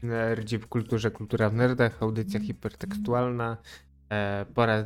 Nerdzi w kulturze, kultura w nerdach, audycja hipertekstualna po raz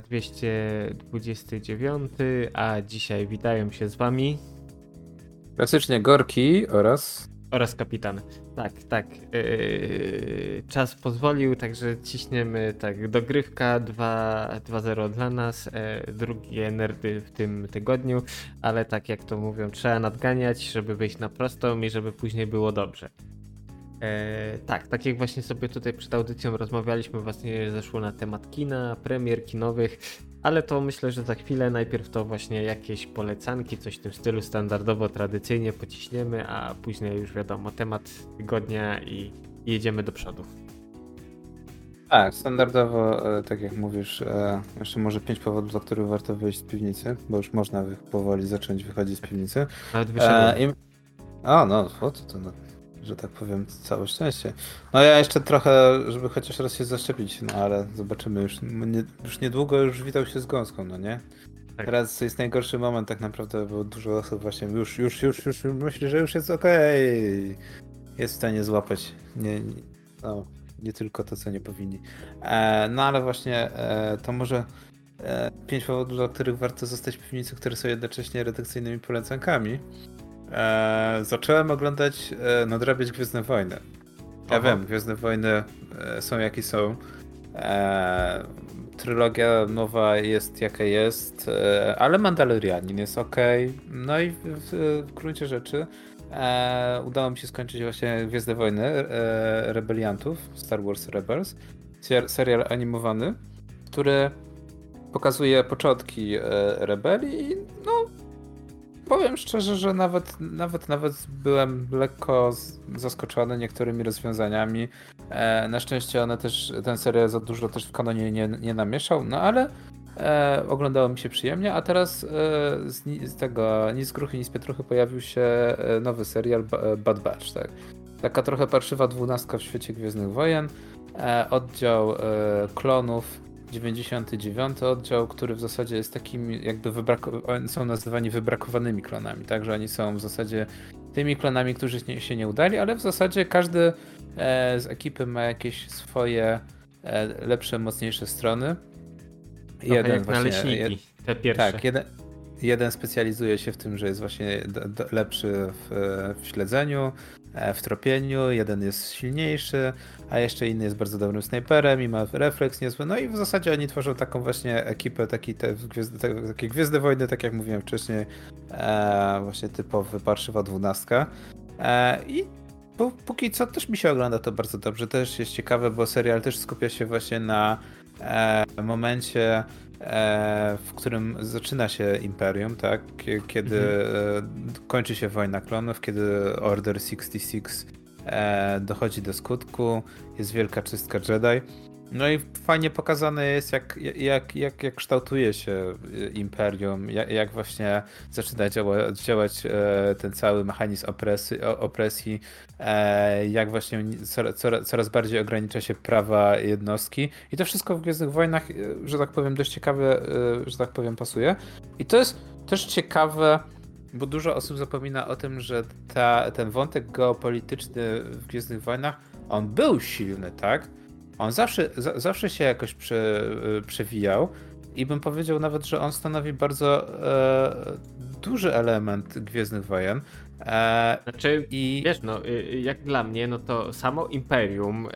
229, a dzisiaj witają się z wami Klasycznie Gorki oraz kapitan. Tak, czas pozwolił, także ciśniemy dogrywka 2-0 dla nas, drugie nerdy w tym tygodniu, ale tak jak to mówią, trzeba nadganiać, żeby wyjść na prostą i żeby później było dobrze. Tak jak właśnie sobie tutaj przed audycją rozmawialiśmy, właśnie zeszło na temat kina, premier kinowych, ale to myślę, że za chwilę. Najpierw to właśnie jakieś polecanki, coś w tym stylu standardowo, tradycyjnie pociśniemy, a później już wiadomo, temat tygodnia i jedziemy do przodu. Tak, standardowo, tak jak mówisz, jeszcze może 5 powodów, dla których warto wyjść z piwnicy, bo już można powoli zacząć wychodzić z piwnicy. Nawet wyszedłem. No, że tak powiem, całe szczęście. No ja jeszcze trochę, żeby chociaż raz się zaszczepić, no ale zobaczymy, już niedługo już witał się z gąską, no nie? Tak. Teraz to jest najgorszy moment tak naprawdę, bo dużo osób właśnie już myśli, że już jest okej. Jest w stanie złapać nie tylko to, co nie powinni. No ale właśnie to może 5 powodów, dla których warto zostać w piwnicy, które są jednocześnie redakcyjnymi polecankami. Zacząłem oglądać, nadrabiać Gwiezdne Wojny. Ja wiem, Gwiezdne Wojny są jakie są. Trylogia nowa jest jaka jest, ale Mandalorianin jest okej. No i w gruncie rzeczy udało mi się skończyć właśnie Gwiezdne Wojny Rebeliantów, Star Wars Rebels, serial animowany, który pokazuje początki rebelii i no powiem szczerze, że nawet byłem lekko zaskoczony niektórymi rozwiązaniami. Na szczęście ten serial za dużo też w kanonie nie namieszał, no ale oglądało mi się przyjemnie, a teraz z tego ni z gruchy, ni z pietruchy pojawił się nowy serial Bad Batch, tak. Taka trochę parszywa 12 w świecie Gwiezdnych Wojen, oddział klonów, 99 oddział, który w zasadzie jest takim jakby oni są nazywani wybrakowanymi klonami, tak, że oni są w zasadzie tymi klonami, którzy się nie udali, ale w zasadzie każdy z ekipy ma jakieś swoje lepsze, mocniejsze strony. Trochę jak naleśniki, te pierwsze. Tak, jeden specjalizuje się w tym, że jest właśnie lepszy w śledzeniu, w tropieniu, jeden jest silniejszy, a jeszcze inny jest bardzo dobrym snajperem i ma refleks niezły. No i w zasadzie oni tworzą taką właśnie ekipę, takie Gwiezdne Wojny, tak jak mówiłem wcześniej, właśnie typowy parszywa 12. I póki co też mi się ogląda to bardzo dobrze, też jest ciekawe, bo serial też skupia się właśnie na momencie, w którym zaczyna się Imperium, tak? Kiedy kończy się Wojna Klonów, kiedy Order 66 dochodzi do skutku, jest wielka czystka Jedi. No i fajnie pokazane jest, jak kształtuje się Imperium, jak właśnie zaczyna działać ten cały mechanizm opresji, jak właśnie coraz bardziej ogranicza się prawa jednostki. I to wszystko w Gwiezdnych Wojnach, że tak powiem, dość ciekawe, że tak powiem, pasuje. I to jest też ciekawe, bo dużo osób zapomina o tym, że ten wątek geopolityczny w Gwiezdnych Wojnach, on był silny, tak? On zawsze się jakoś przewijał i bym powiedział nawet, że on stanowi bardzo duży element Gwiezdnych Wojen. Znaczy, wiesz, no, jak dla mnie, no to samo Imperium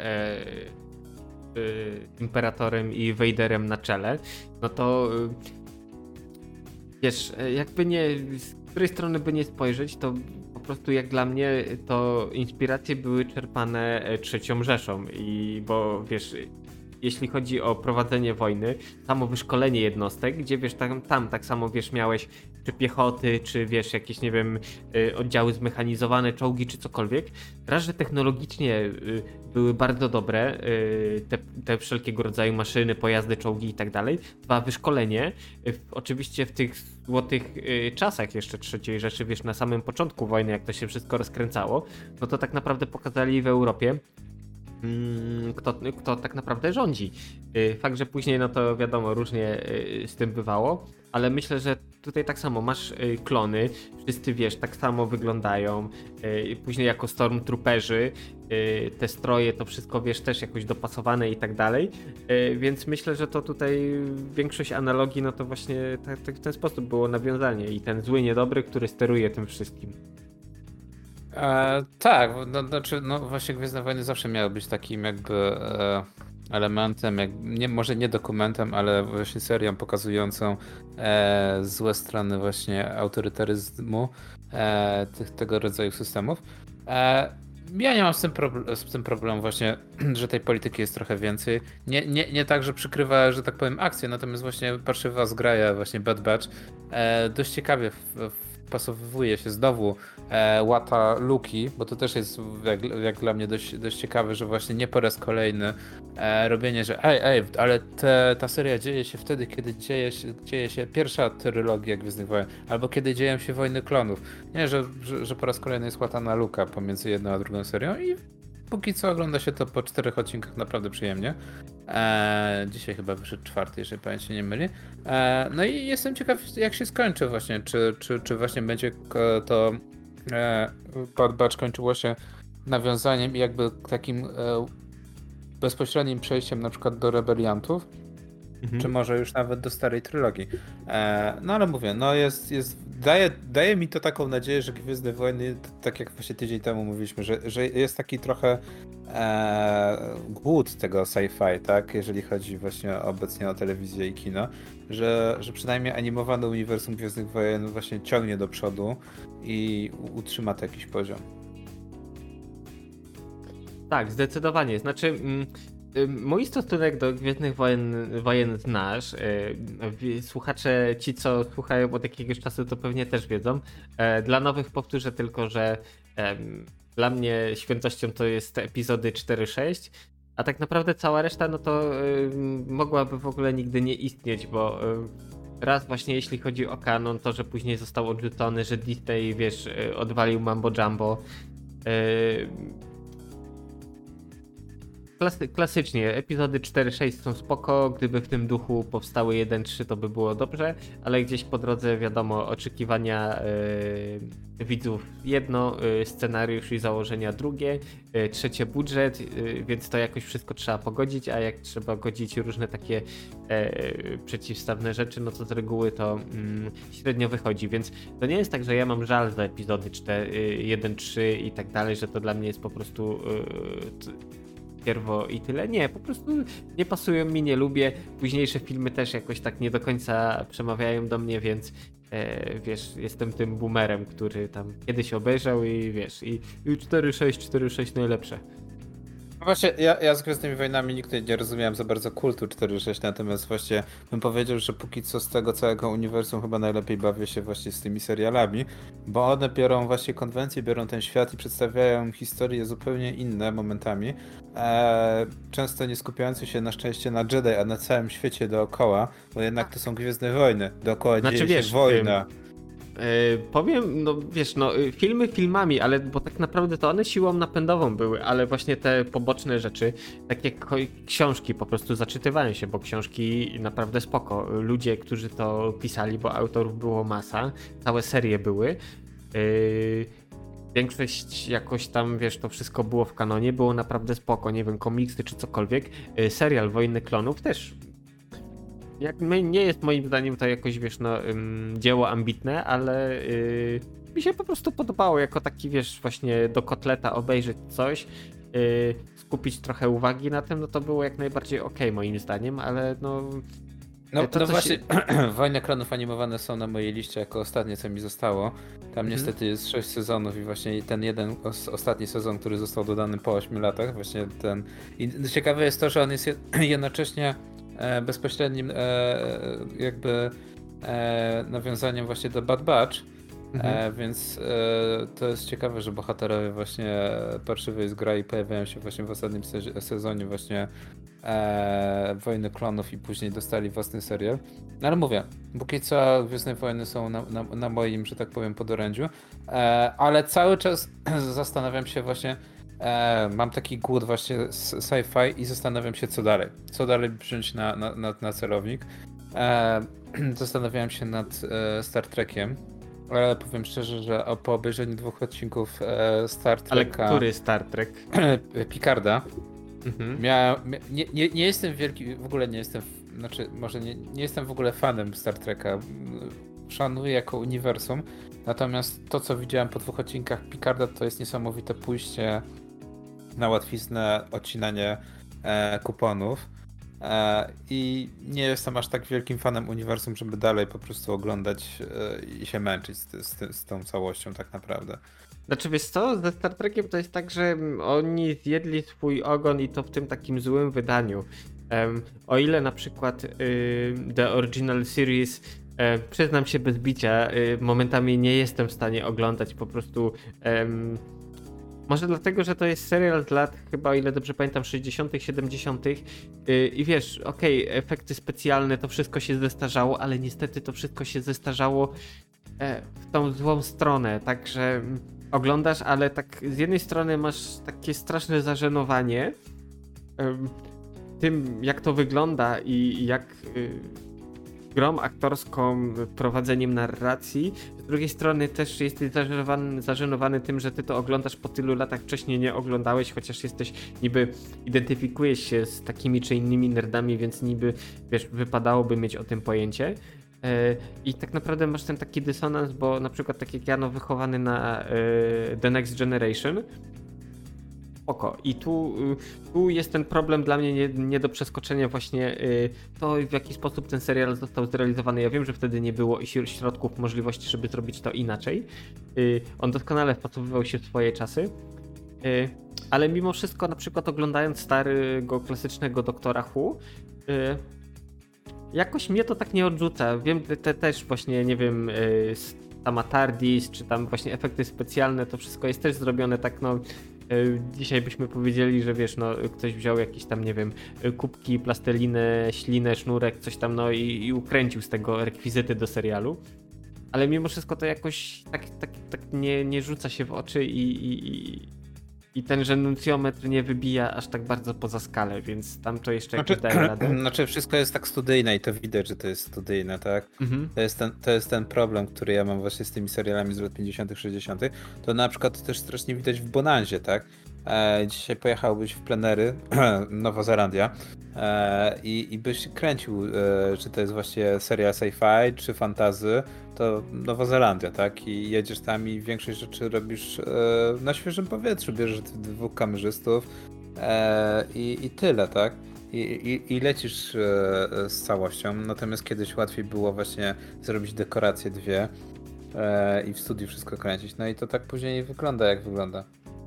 Imperatorem i Vaderem na czele, no to wiesz, jakby z której strony by nie spojrzeć, to po prostu jak dla mnie to inspiracje były czerpane III Rzeszą bo wiesz, jeśli chodzi o prowadzenie wojny, samo wyszkolenie jednostek, gdzie wiesz, tam tak samo wiesz, miałeś czy piechoty, czy wiesz, jakieś nie wiem, oddziały zmechanizowane, czołgi, czy cokolwiek. Raz, że technologicznie były bardzo dobre te wszelkiego rodzaju maszyny, pojazdy, czołgi i tak dalej. Dwa, wyszkolenie. Oczywiście w tych złotych czasach jeszcze III Rzeszy, wiesz, na samym początku wojny, jak to się wszystko rozkręcało, no to tak naprawdę pokazali w Europie, kto tak naprawdę rządzi. Fakt, że później, no to wiadomo, różnie z tym bywało, ale myślę, że tutaj tak samo, masz klony, wszyscy wiesz, tak samo wyglądają, później jako Stormtrooperzy, te stroje, to wszystko wiesz, też jakoś dopasowane i tak dalej, więc myślę, że to tutaj większość analogii, no to właśnie tak w ten sposób było nawiązanie i ten zły, niedobry, który steruje tym wszystkim. Tak, no, znaczy, no właśnie Gwiezdne Wojny zawsze miały być takim jakby elementem, może nie dokumentem, ale właśnie serią pokazującą złe strony właśnie autorytaryzmu tego rodzaju systemów. Ja nie mam z tym problemu właśnie, że tej polityki jest trochę więcej. Nie tak, że przykrywa, że tak powiem, akcję, natomiast właśnie parszywa zgraja, właśnie Bad Batch, dość ciekawie wpasowuje się znowu łata Luki, bo to też jest jak dla mnie dość ciekawe, że właśnie nie po raz kolejny robienie, że ale ta seria dzieje się wtedy, kiedy dzieje się pierwsza trylogia Gwiezdnych Wojen, albo kiedy dzieją się Wojny Klonów. Nie, że po raz kolejny jest łatana luka pomiędzy jedną a drugą serią i póki co ogląda się to po 4 odcinkach naprawdę przyjemnie. Dzisiaj chyba wyszedł 4, jeżeli pamięć się nie myli. No i jestem ciekaw, jak się skończy właśnie, czy właśnie będzie to Bad Batch kończyło się nawiązaniem i jakby takim bezpośrednim przejściem na przykład do rebeliantów, czy może już nawet do starej trylogii. No ale mówię, no daje mi to taką nadzieję, że Gwiezdne Wojny, tak jak właśnie tydzień temu mówiliśmy, że jest taki trochę głód tego sci-fi, tak, jeżeli chodzi właśnie obecnie o telewizję i kino, że przynajmniej animowane uniwersum Gwiezdnych Wojen właśnie ciągnie do przodu i utrzyma to jakiś poziom. Tak, zdecydowanie. Znaczy, mój stosunek do Gwiezdnych Wojen znasz. Słuchacze, ci co słuchają od jakiegoś czasu, to pewnie też wiedzą. Dla nowych powtórzę tylko, że dla mnie świętością to jest epizody 4-6, a tak naprawdę cała reszta, no to mogłaby w ogóle nigdy nie istnieć, bo raz właśnie jeśli chodzi o kanon, to że później został odrzucony, że Disney, wiesz, odwalił Mambo Jumbo. Klasycznie, epizody 4-6 są spoko, gdyby w tym duchu powstały 1-3 to by było dobrze, ale gdzieś po drodze wiadomo oczekiwania widzów jedno, scenariusz i założenia drugie, trzecie budżet, więc to jakoś wszystko trzeba pogodzić, a jak trzeba godzić różne takie przeciwstawne rzeczy, no to z reguły to średnio wychodzi, więc to nie jest tak, że ja mam żal za epizody 1-3 i tak dalej, że to dla mnie jest po prostu pierwo i tyle. Nie, po prostu nie pasują mi, nie lubię. Późniejsze filmy też jakoś tak nie do końca przemawiają do mnie, więc wiesz, jestem tym boomerem, który tam kiedyś obejrzał i wiesz, i 4-6 najlepsze. No właśnie, ja z Gwiezdnymi Wojnami nigdy nie rozumiałem za bardzo kultu 4.6, natomiast właśnie bym powiedział, że póki co z tego całego uniwersum chyba najlepiej bawię się właśnie z tymi serialami, bo one biorą właśnie konwencje, biorą ten świat i przedstawiają historie zupełnie inne momentami, często nie skupiające się na szczęście na Jedi, a na całym świecie dookoła, bo jednak to są Gwiezdne Wojny, dookoła dzieje się wojna. Powiem, no wiesz, no filmy filmami, ale bo tak naprawdę to one siłą napędową były, ale właśnie te poboczne rzeczy, tak jak książki po prostu zaczytywają się, bo książki naprawdę spoko. Ludzie, którzy to pisali, bo autorów było masa, całe serie były. Większość jakoś tam, wiesz, to wszystko było w kanonie, było naprawdę spoko, nie wiem, komiksy czy cokolwiek. Serial Wojny Klonów też nie jest moim zdaniem to jakoś, wiesz, no, dzieło ambitne, ale mi się po prostu podobało jako taki, wiesz, właśnie do kotleta obejrzeć coś, skupić trochę uwagi na tym, no to było jak najbardziej okej, moim zdaniem, ale no... No właśnie, Wojny Klonów animowane są na mojej liście jako ostatnie, co mi zostało. Tam niestety jest 6 sezonów i właśnie ten jeden ostatni sezon, który został dodany po 8 latach, właśnie ten... I ciekawe jest to, że on jest jednocześnie bezpośrednim jakby nawiązaniem właśnie do Bad Batch, więc to jest ciekawe, że bohaterowie właśnie parszywej zgrai pojawiają się właśnie w ostatnim sezonie właśnie Wojny Klonów i później dostali własny serial. No ale mówię, póki co Gwiezdne Wojny są na moim, że tak powiem, podorędziu, ale cały czas zastanawiam się właśnie, mam taki głód właśnie sci-fi i zastanawiam się co dalej. Co dalej wziąć na celownik. Zastanawiałem się nad Star Trekiem, ale powiem szczerze, że po obejrzeniu 2 odcinków Star Ale Treka który Star Trek? Picarda Mhm. nie jestem wielki, w ogóle nie jestem, znaczy może nie jestem w ogóle fanem Star Treka. Szanuję jako uniwersum, natomiast to co widziałem po 2 odcinkach Picarda to jest niesamowite pójście na łatwiznę, odcinanie kuponów. I nie jestem aż tak wielkim fanem uniwersum, żeby dalej po prostu oglądać i się męczyć z tą całością tak naprawdę. Znaczy wiesz co, ze Star Trekiem to jest tak, że oni zjedli swój ogon i to w tym takim złym wydaniu. O ile na przykład The Original Series, przyznam się bez bicia, momentami nie jestem w stanie oglądać po prostu. Może dlatego, że to jest serial z lat, chyba o ile dobrze pamiętam, 60., 70. I wiesz, okej, efekty specjalne, to wszystko się zestarzało, ale niestety to wszystko się zestarzało w tą złą stronę, także oglądasz, ale tak z jednej strony masz takie straszne zażenowanie tym, jak to wygląda i jak grą aktorską, prowadzeniem narracji. Z drugiej strony też jesteś zażenowany tym, że ty to oglądasz po tylu latach, wcześniej nie oglądałeś, chociaż jesteś niby, identyfikujesz się z takimi czy innymi nerdami, więc niby, wiesz, wypadałoby mieć o tym pojęcie. I tak naprawdę masz ten taki dysonans, bo na przykład tak jak ja, no wychowany na The Next Generation, oko. I tu jest ten problem dla mnie nie do przeskoczenia właśnie to, w jaki sposób ten serial został zrealizowany. Ja wiem, że wtedy nie było środków, możliwości, żeby zrobić to inaczej. On doskonale wpasowywał się w swoje czasy. Ale mimo wszystko, na przykład oglądając starego, klasycznego Doktora Who, jakoś mnie to tak nie odrzuca. Wiem, też właśnie, nie wiem, sama TARDIS, czy tam właśnie efekty specjalne, to wszystko jest też zrobione tak, no dzisiaj byśmy powiedzieli, że wiesz, no ktoś wziął jakieś tam, nie wiem, kubki, plastelinę, ślinę, sznurek, coś tam, no i ukręcił z tego rekwizyty do serialu. Ale mimo wszystko to jakoś tak nie rzuca się w oczy i ten żenuncjometr nie wybija aż tak bardzo poza skalę, więc tam to jeszcze jakoś daje radę. Znaczy wszystko jest tak studyjne i to widać, że to jest studyjne, tak? Mhm. To jest ten problem, który ja mam właśnie z tymi serialami z lat 50., 60. To na przykład też strasznie widać w Bonanzie, tak? Dzisiaj pojechałbyś w plenery, Nowa Zelandia, i byś kręcił, czy to jest właśnie seria sci-fi, czy fantasy, to Nowa Zelandia, tak? I jedziesz tam i większość rzeczy robisz na świeżym powietrzu, bierzesz 2 kamerzystów i tyle, tak? I lecisz z całością, natomiast kiedyś łatwiej było właśnie zrobić dekoracje 2 i w studiu wszystko kręcić, no i to tak później wygląda jak wygląda.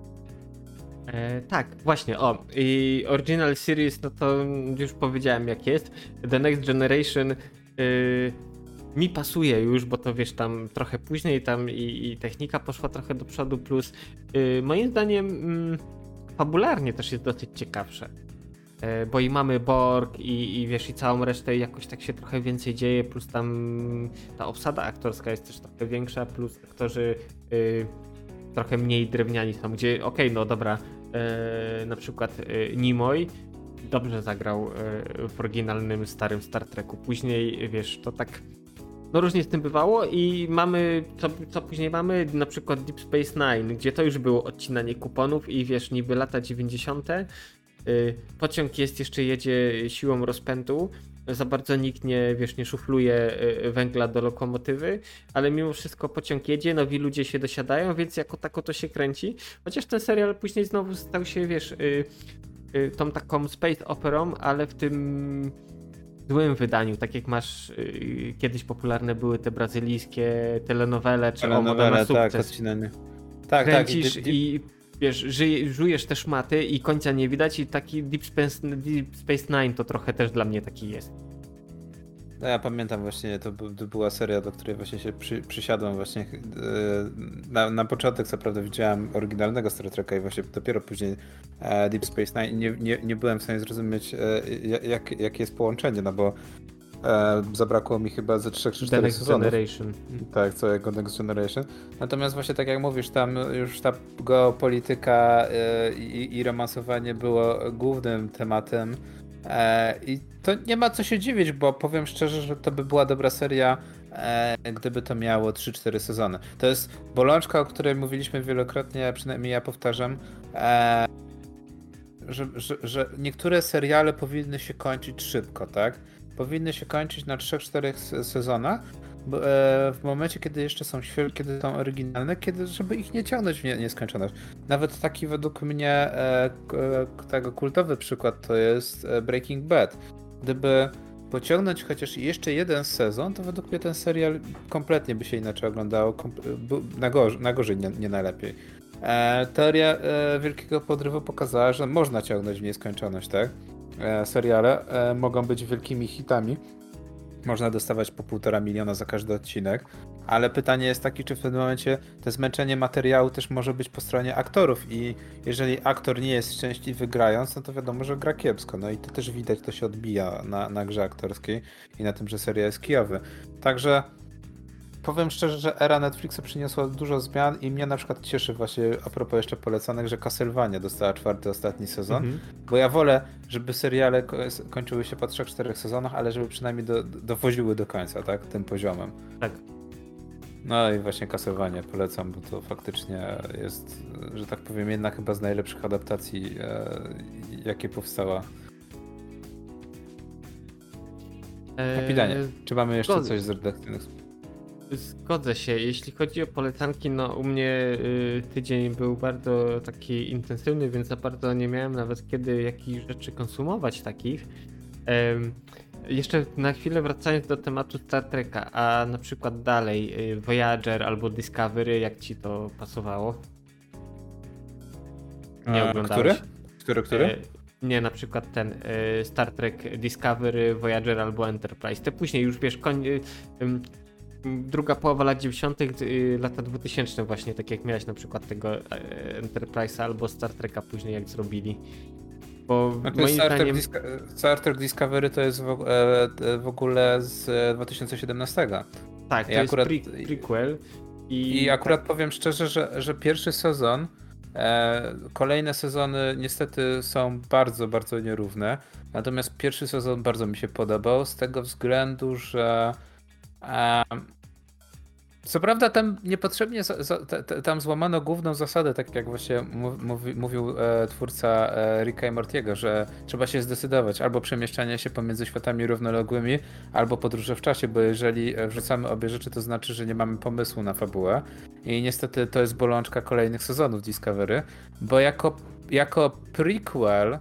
Tak, właśnie, i Original Series, no to już powiedziałem jak jest. The Next Generation mi pasuje już, bo to wiesz, tam trochę później tam i technika poszła trochę do przodu, plus moim zdaniem fabularnie też jest dosyć ciekawsze. Bo i mamy Borg i wiesz, i całą resztę jakoś tak się trochę więcej dzieje, plus tam ta obsada aktorska jest też trochę większa, plus aktorzy trochę mniej drewniani są, gdzie no dobra, na przykład Nimoy dobrze zagrał w oryginalnym starym Star Treku. Później, wiesz, to tak no różnie z tym bywało i mamy, co później mamy, na przykład Deep Space Nine, gdzie to już było odcinanie kuponów i wiesz, niby lata 90. Pociąg jeszcze jedzie siłą rozpędu, za bardzo nikt nie szufluje węgla do lokomotywy, ale mimo wszystko pociąg jedzie, nowi ludzie się dosiadają, więc jako tako to się kręci. Chociaż ten serial później znowu stał się, wiesz, tą taką space operą, ale w tym złym wydaniu, tak jak masz kiedyś popularne były te brazylijskie telenowele, czy O Moda na Sukces. Tak, odcinanie. Tak, kręcisz i wiesz, żujesz te szmaty i końca nie widać i taki Deep Space Nine to trochę też dla mnie taki jest. No ja pamiętam właśnie, to była seria, do której właśnie się przysiadłem właśnie na początek, co prawda widziałem oryginalnego Star Treka i właśnie dopiero później Deep Space Nine nie byłem w stanie zrozumieć jakie jest połączenie, no bo zabrakło mi chyba ze 3 czy 4 sezonów. Generation. Tak, całego Next Generation. Natomiast właśnie tak jak mówisz, tam już ta geopolityka i romansowanie było głównym tematem I to nie ma co się dziwić, bo powiem szczerze, że to by była dobra seria, gdyby to miało 3-4 sezony. To jest bolączka, o której mówiliśmy wielokrotnie, przynajmniej ja powtarzam, że niektóre seriale powinny się kończyć szybko, tak? Powinny się kończyć na 3-4 sezonach, w momencie, kiedy jeszcze są świeże, kiedy są oryginalne, żeby ich nie ciągnąć w nieskończoność. Nawet taki według mnie tego kultowy przykład to jest Breaking Bad. Gdyby pociągnąć chociaż jeszcze jeden sezon, to według mnie ten serial kompletnie by się inaczej oglądał, na gorzej, nie najlepiej. Teoria Wielkiego Podrywu pokazała, że można ciągnąć w nieskończoność, tak? Seriale mogą być wielkimi hitami. Można dostawać po 1,5 miliona za każdy odcinek, ale pytanie jest takie, czy w tym momencie to zmęczenie materiału też może być po stronie aktorów i jeżeli aktor nie jest szczęśliwy grając, no to wiadomo, że gra kiepsko. No i to też widać, to się odbija na grze aktorskiej i na tym, że seria jest kijowy. Także powiem szczerze, że era Netflixa przyniosła dużo zmian i mnie na przykład cieszy właśnie, a propos jeszcze polecanych, że Castlevania dostała 4. ostatni sezon, bo ja wolę, żeby seriale kończyły się po 3-4 sezonach, ale żeby przynajmniej dowoziły do końca, tak, tym poziomem. Tak. No i właśnie Castlevania polecam, bo to faktycznie jest, że tak powiem, jedna chyba z najlepszych adaptacji, jakie powstała. Kapitanie, czy mamy jeszcze coś z redakcyjnych? Zgodzę się. Jeśli chodzi o polecanki, no u mnie tydzień był bardzo taki intensywny, więc za bardzo nie miałem nawet kiedy jakichś rzeczy konsumować takich. Jeszcze na chwilę wracając do tematu Star Treka, a na przykład dalej Voyager albo Discovery, jak ci to pasowało? Nie oglądałeś? Który? Nie, na przykład ten Star Trek Discovery, Voyager albo Enterprise. Te później już wiesz, druga połowa lat 90., lata 2000 właśnie, tak jak miałeś na przykład tego Enterprise'a albo Star Treka później jak zrobili. Bo moim zdaniem... Star Trek Discovery to jest w ogóle z 2017. Tak, to jest prequel. I akurat powiem szczerze, że pierwszy sezon, kolejne sezony niestety są bardzo, bardzo nierówne. Natomiast pierwszy sezon bardzo mi się podobał z tego względu, że co prawda tam niepotrzebnie tam złamano główną zasadę, tak jak właśnie mówił twórca Ricka i Mortiego, że trzeba się zdecydować albo przemieszczanie się pomiędzy światami równoległymi, albo podróże w czasie, bo jeżeli wrzucamy obie rzeczy, to znaczy, że nie mamy pomysłu na fabułę i niestety to jest bolączka kolejnych sezonów Discovery, bo jako prequel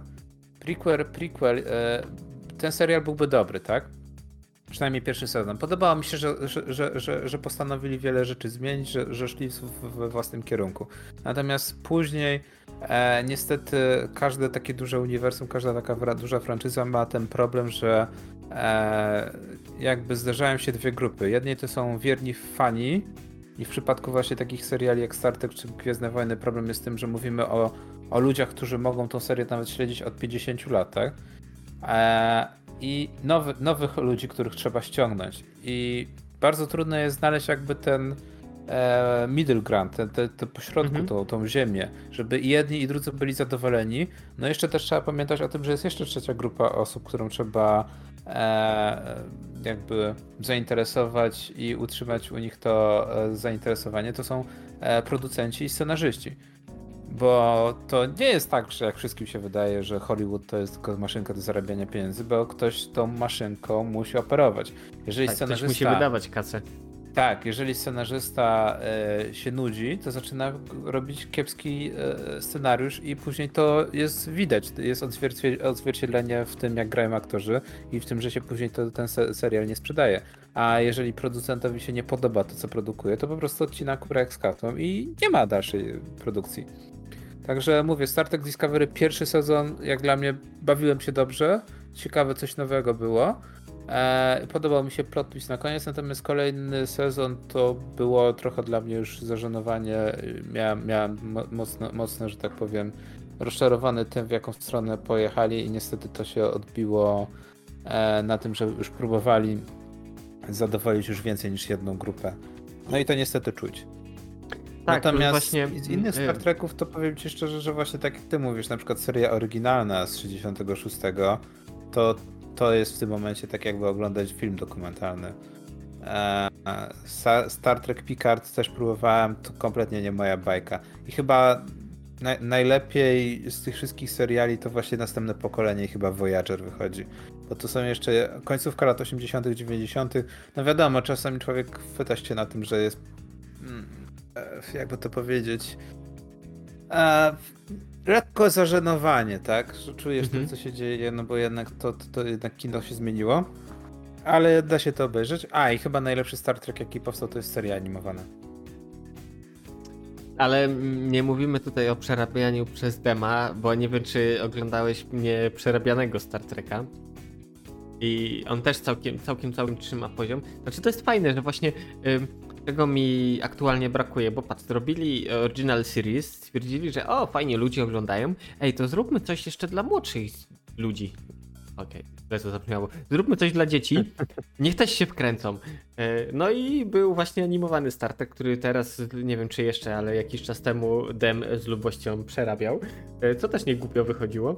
ten serial byłby dobry, tak? Przynajmniej pierwszy sezon. Podobało mi się, że postanowili wiele rzeczy zmienić, że szli we własnym kierunku. Natomiast później niestety każde takie duże uniwersum, każda taka duża franczyza ma ten problem, że jakby zdarzają się dwie grupy. Jedni to są wierni fani i w przypadku właśnie takich seriali jak Star Trek czy Gwiezdne Wojny problem jest z tym, że mówimy o ludziach, którzy mogą tą serię nawet śledzić od 50 lat, tak? I nowych ludzi, których trzeba ściągnąć. I bardzo trudno jest znaleźć jakby ten middle ground, te pośrodku, tą ziemię, żeby i jedni i drudzy byli zadowoleni. No jeszcze też trzeba pamiętać o tym, że jest jeszcze trzecia grupa osób, którą trzeba jakby zainteresować i utrzymać u nich to zainteresowanie. To są producenci i scenarzyści. Bo to nie jest tak, że jak wszystkim się wydaje, że Hollywood to jest tylko maszynka do zarabiania pieniędzy, bo ktoś tą maszynką musi operować. Jeżeli tak, ktoś musi wydawać kasę. Tak, jeżeli scenarzysta się nudzi, to zaczyna robić kiepski scenariusz i później to jest widać, jest odzwierciedlenie w tym, jak grają aktorzy i w tym, że się później ten serial nie sprzedaje. A jeżeli producentowi się nie podoba to, co produkuje, to po prostu odcina kurę jak z kartą i nie ma dalszej produkcji. Także mówię, Star Trek Discovery pierwszy sezon, jak dla mnie, bawiłem się dobrze, ciekawe, coś nowego było. Podobał mi się plot twist na koniec, natomiast kolejny sezon to było trochę dla mnie już zażenowanie. Miałem mocno, że tak powiem, rozczarowany tym, w jaką stronę pojechali i niestety to się odbiło na tym, że już próbowali zadowolić już więcej niż jedną grupę. No i to niestety czuć. Tak, natomiast właśnie... z innych Star Treków to powiem ci szczerze, że właśnie tak jak ty mówisz, na przykład seria oryginalna z 66 to jest w tym momencie tak jakby oglądać film dokumentalny. Star Trek Picard też próbowałem, to kompletnie nie moja bajka. I chyba najlepiej z tych wszystkich seriali to właśnie następne pokolenie i chyba Voyager wychodzi. Bo to są jeszcze końcówka lat 80., 90. No wiadomo, czasami człowiek chwyta się na tym, że jest jakby to powiedzieć lekko zażenowanie, tak? Że czujesz to, co się dzieje, no bo jednak to jednak kino się zmieniło. Ale da się to obejrzeć. I chyba najlepszy Star Trek, jaki powstał, to jest seria animowana. Ale nie mówimy tutaj o przerabianiu przez Dema, bo nie wiem, czy oglądałeś mnie przerabianego Star Treka. I on też całkiem trzyma poziom. Znaczy to jest fajne, że właśnie czego mi aktualnie brakuje, bo patrz, zrobili original series, stwierdzili, że fajnie, ludzie oglądają. Ej, to zróbmy coś jeszcze dla młodszych ludzi. Okej, źle to zabrzmiało. Zróbmy coś dla dzieci, niech też się wkręcą. No i był właśnie animowany Star Trek, który teraz, nie wiem czy jeszcze, ale jakiś czas temu Dem z lubością przerabiał, co też nie głupio wychodziło.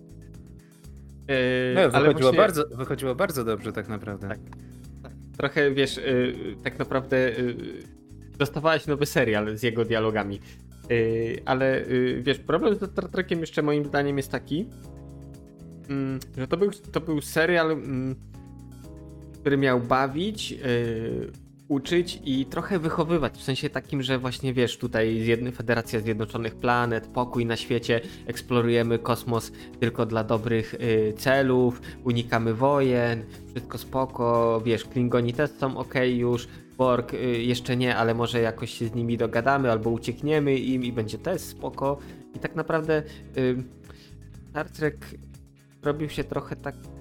Ale wychodziło bardzo dobrze tak naprawdę. Tak. Trochę, wiesz, tak naprawdę dostawałeś nowy serial z jego dialogami. Ale wiesz, problem ze Star Trekiem jeszcze moim zdaniem jest taki, że to był serial, który miał bawić, uczyć i trochę wychowywać, w sensie takim, że właśnie wiesz, tutaj Federacja Zjednoczonych Planet, pokój na świecie, eksplorujemy kosmos tylko dla dobrych celów, unikamy wojen, wszystko spoko, wiesz, Klingoni też są okej już, Borg jeszcze nie, ale może jakoś się z nimi dogadamy albo uciekniemy im i będzie też spoko. I tak naprawdę Star Trek robił się trochę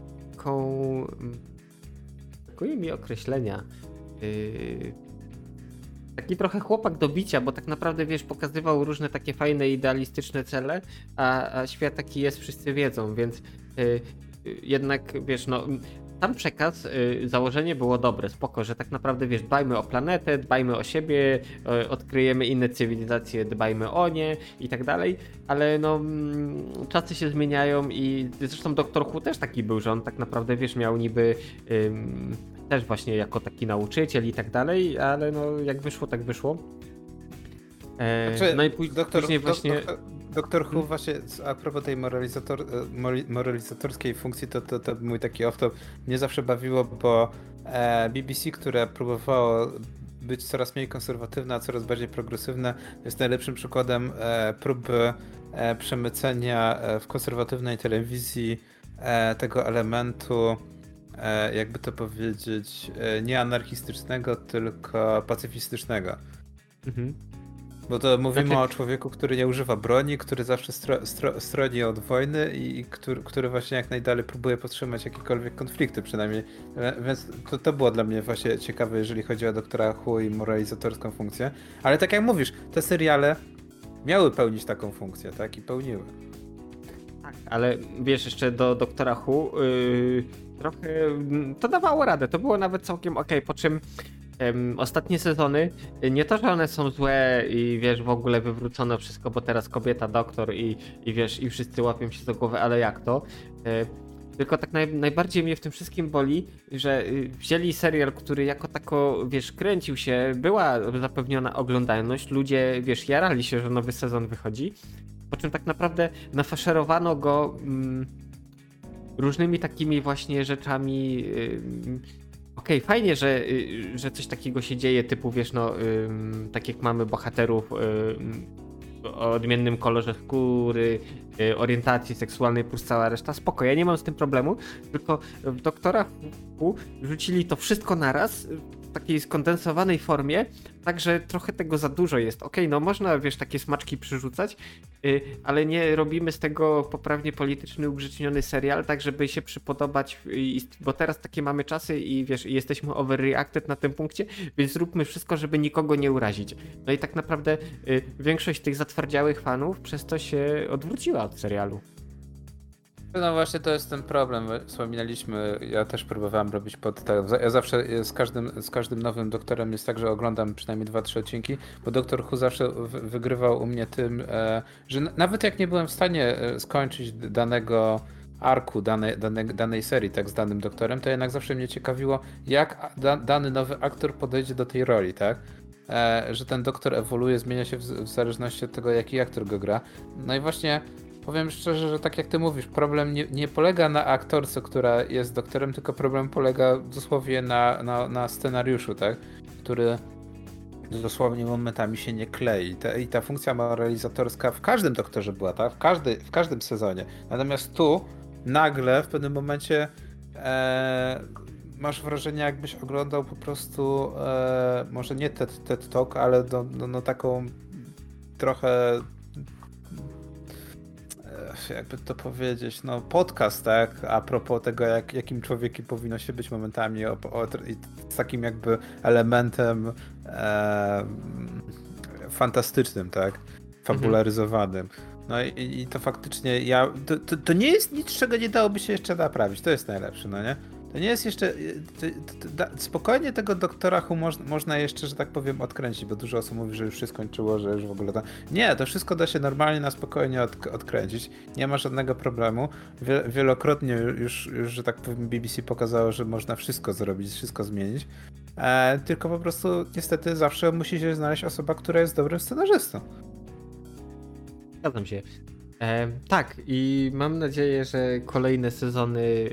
brakuje mi określenia, taki trochę chłopak do bicia, bo tak naprawdę wiesz, pokazywał różne takie fajne, idealistyczne cele, a świat taki jest, wszyscy wiedzą, więc jednak wiesz, no sam przekaz, założenie było dobre, spoko, że tak naprawdę wiesz, dbajmy o planetę, dbajmy o siebie, odkryjemy inne cywilizacje, dbajmy o nie i tak dalej, ale no czasy się zmieniają i zresztą Doktor Who też taki był, że on tak naprawdę wiesz, miał niby też właśnie jako taki nauczyciel i tak dalej, ale no jak wyszło, tak wyszło. No i później właśnie... Doktor Who właśnie, a propos tej moralizatorskiej funkcji, to mój taki off-top mnie zawsze bawiło, bo BBC, które próbowało być coraz mniej konserwatywne, a coraz bardziej progresywne, jest najlepszym przykładem próby przemycenia w konserwatywnej telewizji tego elementu, jakby to powiedzieć, nie anarchistycznego, tylko pacyfistycznego. Bo to mówimy o człowieku, który nie używa broni, który zawsze stroni od wojny i który właśnie jak najdalej próbuje podtrzymać jakiekolwiek konflikty przynajmniej. Więc to było dla mnie właśnie ciekawe, jeżeli chodzi o Doktora Who i moralizatorską funkcję. Ale tak jak mówisz, te seriale miały pełnić taką funkcję, tak? I pełniły. Tak, ale wiesz, jeszcze do Doktora Who trochę to dawało radę, to było nawet całkiem okej, po czym ostatnie sezony, nie to, że one są złe i wiesz, w ogóle wywrócono wszystko, bo teraz kobieta doktor i wiesz, i wszyscy łapią się za głowę, ale jak to? Tylko tak najbardziej mnie w tym wszystkim boli, że wzięli serial, który jako tako, wiesz, kręcił się, była zapewniona oglądalność, ludzie, wiesz, jarali się, że nowy sezon wychodzi, po czym tak naprawdę nafaszerowano go różnymi takimi właśnie rzeczami. Okej, fajnie, że coś takiego się dzieje, typu wiesz, no, tak jak mamy bohaterów o odmiennym kolorze skóry, orientacji seksualnej plus cała reszta, spoko, ja nie mam z tym problemu, tylko w Doktora Who rzucili to wszystko naraz w takiej skondensowanej formie, także trochę tego za dużo jest. Okej, no można, wiesz, takie smaczki przyrzucać, ale nie robimy z tego poprawnie polityczny, ugrzeczniony serial, tak żeby się przypodobać, bo teraz takie mamy czasy i wiesz, jesteśmy overreacted na tym punkcie, więc zróbmy wszystko, żeby nikogo nie urazić. No i tak naprawdę większość tych zatwardziałych fanów przez to się odwróciła od serialu. No właśnie to jest ten problem, wspominaliśmy, ja też próbowałem robić ja zawsze z każdym nowym doktorem jest tak, że oglądam przynajmniej 2-3 odcinki, bo Doktor Who zawsze wygrywał u mnie tym, że nawet jak nie byłem w stanie skończyć danego arku danej serii, tak, z danym doktorem, to jednak zawsze mnie ciekawiło, jak dany nowy aktor podejdzie do tej roli, tak? Że ten doktor ewoluuje, zmienia się w zależności od tego, jaki aktor go gra. No i właśnie powiem szczerze, że tak jak ty mówisz, problem nie polega na aktorce, która jest doktorem, tylko problem polega dosłownie na scenariuszu, tak? Który dosłownie momentami się nie klei. I ta funkcja moralizatorska w każdym doktorze była, tak? W każdym sezonie. Natomiast tu nagle w pewnym momencie masz wrażenie, jakbyś oglądał po prostu może nie TED Talk, ale no taką trochę jakby to powiedzieć, no podcast, tak, a propos tego, jakim człowiekiem powinno się być momentami z takim jakby elementem fantastycznym, tak, fabularyzowanym. No i to faktycznie to nie jest nic, czego nie dałoby się jeszcze naprawić, to jest najlepsze, no nie? To nie jest jeszcze. Spokojnie tego doktora Who można jeszcze, że tak powiem, odkręcić, bo dużo osób mówi, że już się skończyło, że już w ogóle. Nie, to wszystko da się normalnie na spokojnie odkręcić. Nie ma żadnego problemu. Wielokrotnie już, że tak powiem, BBC pokazało, że można wszystko zrobić, wszystko zmienić. Tylko po prostu niestety zawsze musi się znaleźć osoba, która jest dobrym scenarzystą. Zgadzam się. Tak, i mam nadzieję, że kolejne sezony.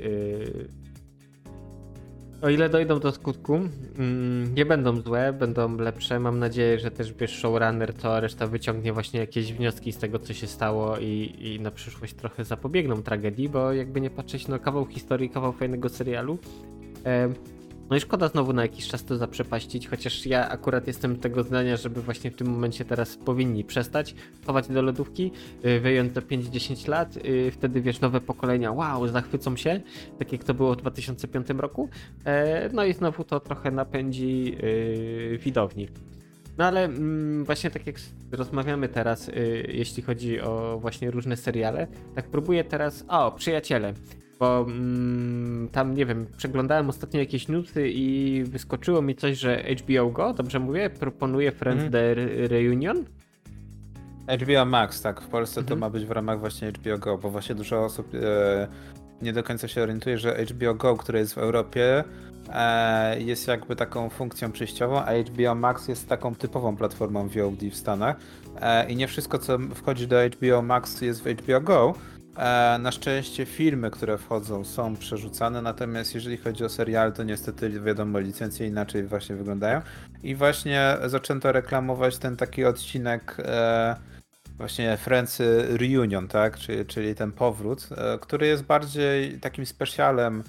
O ile dojdą do skutku, nie będą złe, będą lepsze. Mam nadzieję, że też showrunner, to reszta wyciągnie właśnie jakieś wnioski z tego, co się stało i na przyszłość trochę zapobiegną tragedii, bo jakby nie patrzeć, no kawał historii, kawał fajnego serialu. No i szkoda znowu na jakiś czas to zaprzepaścić, chociaż ja akurat jestem tego zdania, żeby właśnie w tym momencie teraz powinni przestać, chować do lodówki, wyjąć za 5-10 lat, wtedy wiesz, nowe pokolenia, wow, zachwycą się, tak jak to było w 2005 roku, no i znowu to trochę napędzi widowni. No ale właśnie tak jak rozmawiamy teraz, jeśli chodzi o właśnie różne seriale, tak próbuję teraz, Przyjaciele. Bo tam, nie wiem, przeglądałem ostatnio jakieś newsy i wyskoczyło mi coś, że HBO Go, dobrze mówię, proponuje Friends The Reunion? HBO Max, tak, w Polsce to ma być w ramach właśnie HBO Go, bo właśnie dużo osób nie do końca się orientuje, że HBO Go, które jest w Europie, jest jakby taką funkcją przejściową, a HBO Max jest taką typową platformą VOD w Stanach i nie wszystko, co wchodzi do HBO Max jest w HBO Go. Na szczęście filmy, które wchodzą, są przerzucane, natomiast jeżeli chodzi o serial, to niestety wiadomo, licencje inaczej właśnie wyglądają i właśnie zaczęto reklamować ten taki odcinek właśnie Friends Reunion, tak, czyli ten powrót, który jest bardziej takim specjalem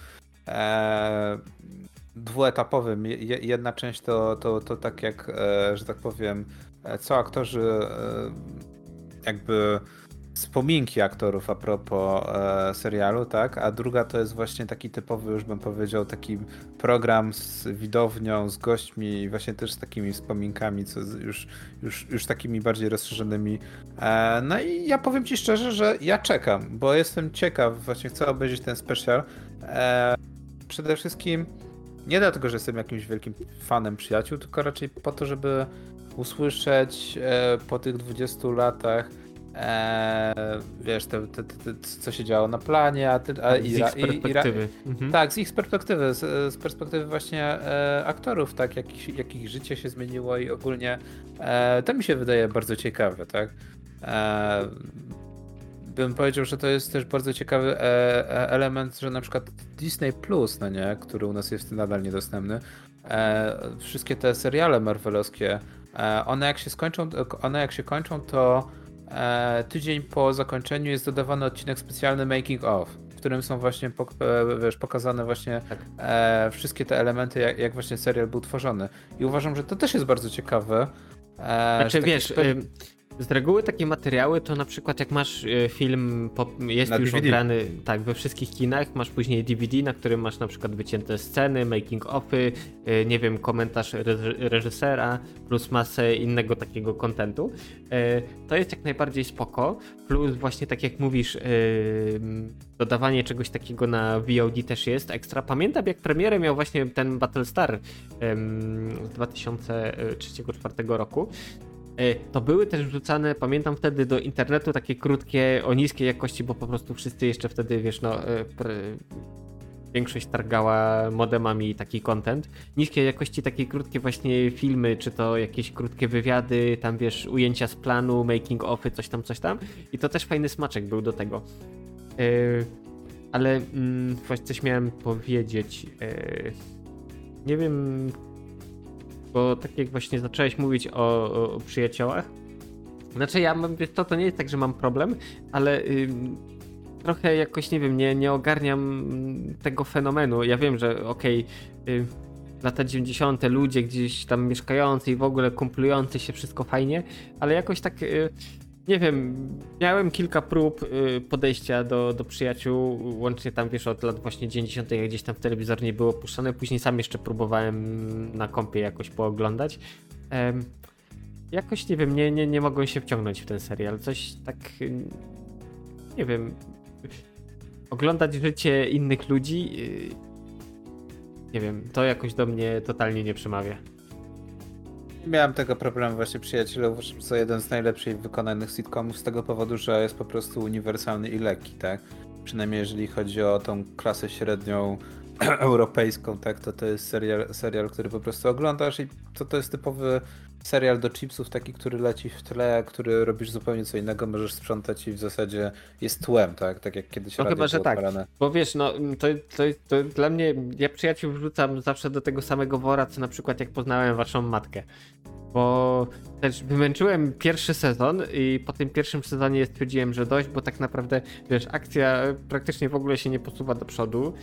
dwuetapowym. Jedna część to tak jak, że tak powiem, co aktorzy jakby wspominki aktorów a propos serialu, tak? A druga to jest właśnie taki typowy, już bym powiedział, taki program z widownią, z gośćmi i właśnie też z takimi wspominkami, co już takimi bardziej rozszerzonymi. No i ja powiem ci szczerze, że ja czekam, bo jestem ciekaw, właśnie chcę obejrzeć ten special. Przede wszystkim nie dlatego, że jestem jakimś wielkim fanem Przyjaciół, tylko raczej po to, żeby usłyszeć po tych 20 latach wiesz, co się działo na planie, z ich perspektywy. Tak, z ich perspektywy, z perspektywy właśnie aktorów, tak, jak ich życie się zmieniło i ogólnie to mi się wydaje bardzo ciekawe, tak. Bym powiedział, że to jest też bardzo ciekawy element, że na przykład Disney Plus, no nie, który u nas jest nadal niedostępny, wszystkie te seriale marvelowskie, one jak się kończą, to tydzień po zakończeniu jest dodawany odcinek specjalny Making of, w którym są właśnie pokazane właśnie wszystkie te elementy, jak właśnie serial był tworzony. I uważam, że to też jest bardzo ciekawe. Znaczy wiesz, z reguły takie materiały to na przykład jak masz film, jest na już DVD. Ograny tak, we wszystkich kinach, masz później DVD, na którym masz na przykład wycięte sceny, making offy, nie wiem, komentarz reżysera, plus masę innego takiego kontentu. To jest jak najbardziej spoko, plus właśnie tak jak mówisz, dodawanie czegoś takiego na VOD też jest ekstra. Pamiętam jak premierę miał właśnie ten Battlestar z 2003-2004 roku. To były też wrzucane, pamiętam wtedy do internetu takie krótkie, o niskiej jakości, bo po prostu wszyscy jeszcze wtedy, wiesz, no, większość targała modemami taki content. Niskiej jakości takie krótkie właśnie filmy, czy to jakieś krótkie wywiady, tam wiesz, ujęcia z planu, making offy, coś tam. I to też fajny smaczek był do tego. Ale właśnie coś miałem powiedzieć. Nie wiem, bo tak jak właśnie zacząłeś mówić o przyjaciołach, znaczy ja mam, wiesz, to nie jest tak, że mam problem, ale trochę jakoś, nie wiem, nie ogarniam tego fenomenu. Ja wiem, że okej, lata 90. ludzie gdzieś tam mieszkający i w ogóle kumplujący się, wszystko fajnie, ale jakoś tak, nie wiem, miałem kilka prób podejścia do przyjaciół, łącznie tam, wiesz, od lat właśnie 90., jak gdzieś tam w telewizor nie było puszczane, później sam jeszcze próbowałem na kompie jakoś pooglądać. Jakoś, nie wiem, nie mogłem się wciągnąć w ten serial, coś tak, nie wiem, oglądać życie innych ludzi, nie wiem, to jakoś do mnie totalnie nie przemawia. Miałem tego problemu właśnie, Przyjaciele uważam za jeden z najlepszych wykonanych sitcomów z tego powodu, że jest po prostu uniwersalny i lekki, tak? Przynajmniej jeżeli chodzi o tą klasę średnią europejską, tak? To jest serial, który po prostu oglądasz i to jest typowy serial do chipsów, taki, który leci w tle, który robisz zupełnie co innego, możesz sprzątać i w zasadzie jest tłem, tak? Tak jak kiedyś No radio chyba, że było tak, odpalane. bo wiesz, no to dla mnie, ja przyjaciół wrzucam zawsze do tego samego wora, co na przykład jak poznałem waszą matkę, bo też wymęczyłem pierwszy sezon i po tym pierwszym sezonie stwierdziłem, że dość, bo tak naprawdę, wiesz, akcja praktycznie w ogóle się nie posuwa do przodu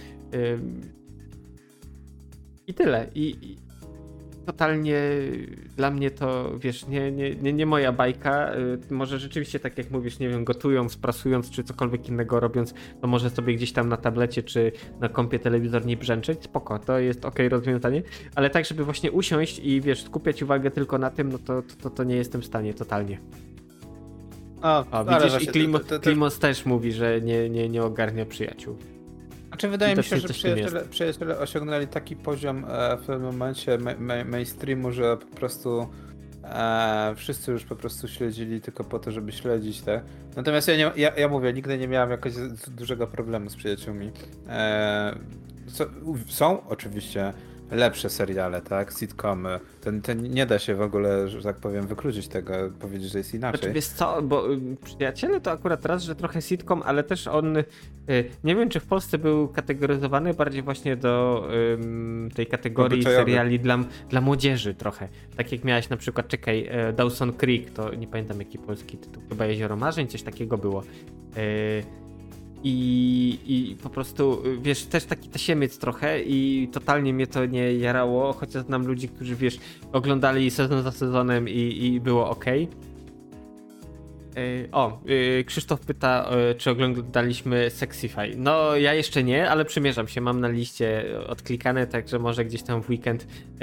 i tyle. I totalnie dla mnie to, wiesz, nie moja bajka. Może rzeczywiście, tak jak mówisz, nie wiem, gotując, prasując, czy cokolwiek innego robiąc, to może sobie gdzieś tam na tablecie, czy na kompie telewizor nie brzęczeć. Spoko, to jest okej rozwiązanie, ale tak, żeby właśnie usiąść i, wiesz, skupiać uwagę tylko na tym, no to nie jestem w stanie totalnie. O, widzisz, właśnie, i Klimos też mówi, że nie ogarnia przyjaciół. Znaczy wydaje mi się, że coś w tym przyjaciele osiągnęli taki poziom w pewnym momencie mainstreamu, że po prostu wszyscy już po prostu śledzili tylko po to, żeby śledzić, tak? Natomiast ja mówię, nigdy nie miałem jakoś dużego problemu z przyjaciółmi. Są oczywiście lepsze seriale, tak? Sitcomy. Ten nie da się w ogóle, że tak powiem, wykluczyć tego, powiedzieć, że jest inaczej. Znaczy, wiesz co, bo Przyjaciele to akurat raz, że trochę sitcom, ale też on, nie wiem, czy w Polsce był kategoryzowany bardziej właśnie do tej kategorii seriali dla młodzieży trochę. Tak jak miałeś na przykład, czekaj, Dawson Creek, to nie pamiętam jaki polski tytuł, chyba Jezioro Marzeń, coś takiego było. I po prostu, wiesz, też taki tasiemiec trochę i totalnie mnie to nie jarało, chociaż znam ludzi, którzy, wiesz, oglądali sezon za sezonem i było okej. Krzysztof pyta, czy oglądaliśmy Sexify. No, ja jeszcze nie, ale przymierzam się, mam na liście odklikane, także może gdzieś tam w weekend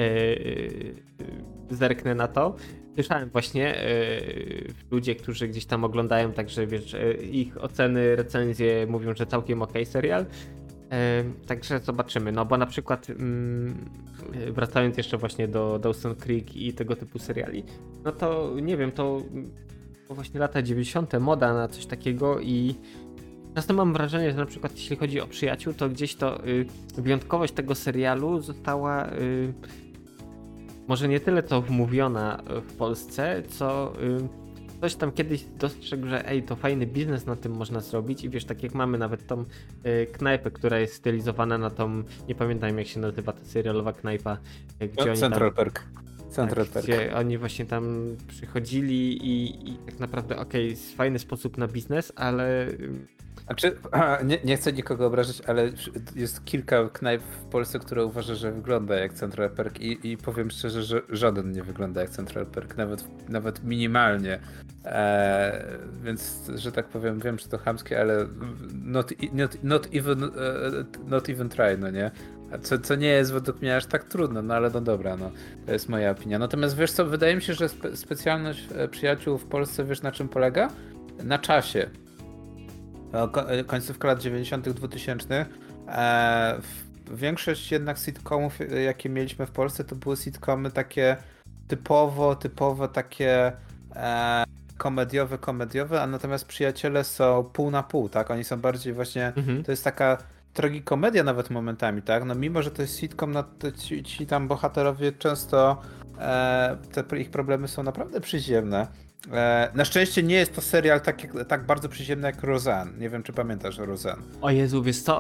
zerknę na to. Słyszałem właśnie ludzie, którzy gdzieś tam oglądają, także wiesz, ich oceny, recenzje mówią, że całkiem okej serial. Także zobaczymy, no bo na przykład wracając jeszcze właśnie do Dawson Creek i tego typu seriali, no to nie wiem, to właśnie lata 90. moda na coś takiego i czasem mam wrażenie, że na przykład jeśli chodzi o przyjaciół, to gdzieś to wyjątkowość tego serialu została może nie tyle to wmówiona w Polsce, co ktoś tam kiedyś dostrzegł, że to fajny biznes na tym można zrobić i wiesz, tak jak mamy nawet tą knajpę, która jest stylizowana na tą, nie pamiętam jak się nazywa ta serialowa knajpa, gdzie oni Central tam, Park. Central Park. Gdzie oni właśnie tam przychodzili i tak naprawdę jest fajny sposób na biznes, ale Znaczy, nie chcę nikogo obrażać, ale jest kilka knajp w Polsce, które uważa, że wygląda jak Central Park i powiem szczerze, że żaden nie wygląda jak Central Park, nawet minimalnie. Więc, że tak powiem, wiem, że to chamskie, ale not even try, no nie? Co nie jest według mnie aż tak trudno, no ale no dobra, no to jest moja opinia. Natomiast wiesz co, wydaje mi się, że specjalność Przyjaciół w Polsce, wiesz na czym polega? Na czasie. Końcówka lat 90., 2000. Większość jednak sitcomów, jakie mieliśmy w Polsce, to były sitcomy takie typowo takie komediowe, a natomiast Przyjaciele są pół na pół, tak? Oni są bardziej właśnie, to jest taka tragikomedia nawet momentami, tak? No mimo, że to jest sitcom, no to ci tam bohaterowie często te ich problemy są naprawdę przyziemne. Na szczęście nie jest to serial tak bardzo przyziemny jak Roseanne. Nie wiem, czy pamiętasz Roseanne. O Jezu, wiesz co?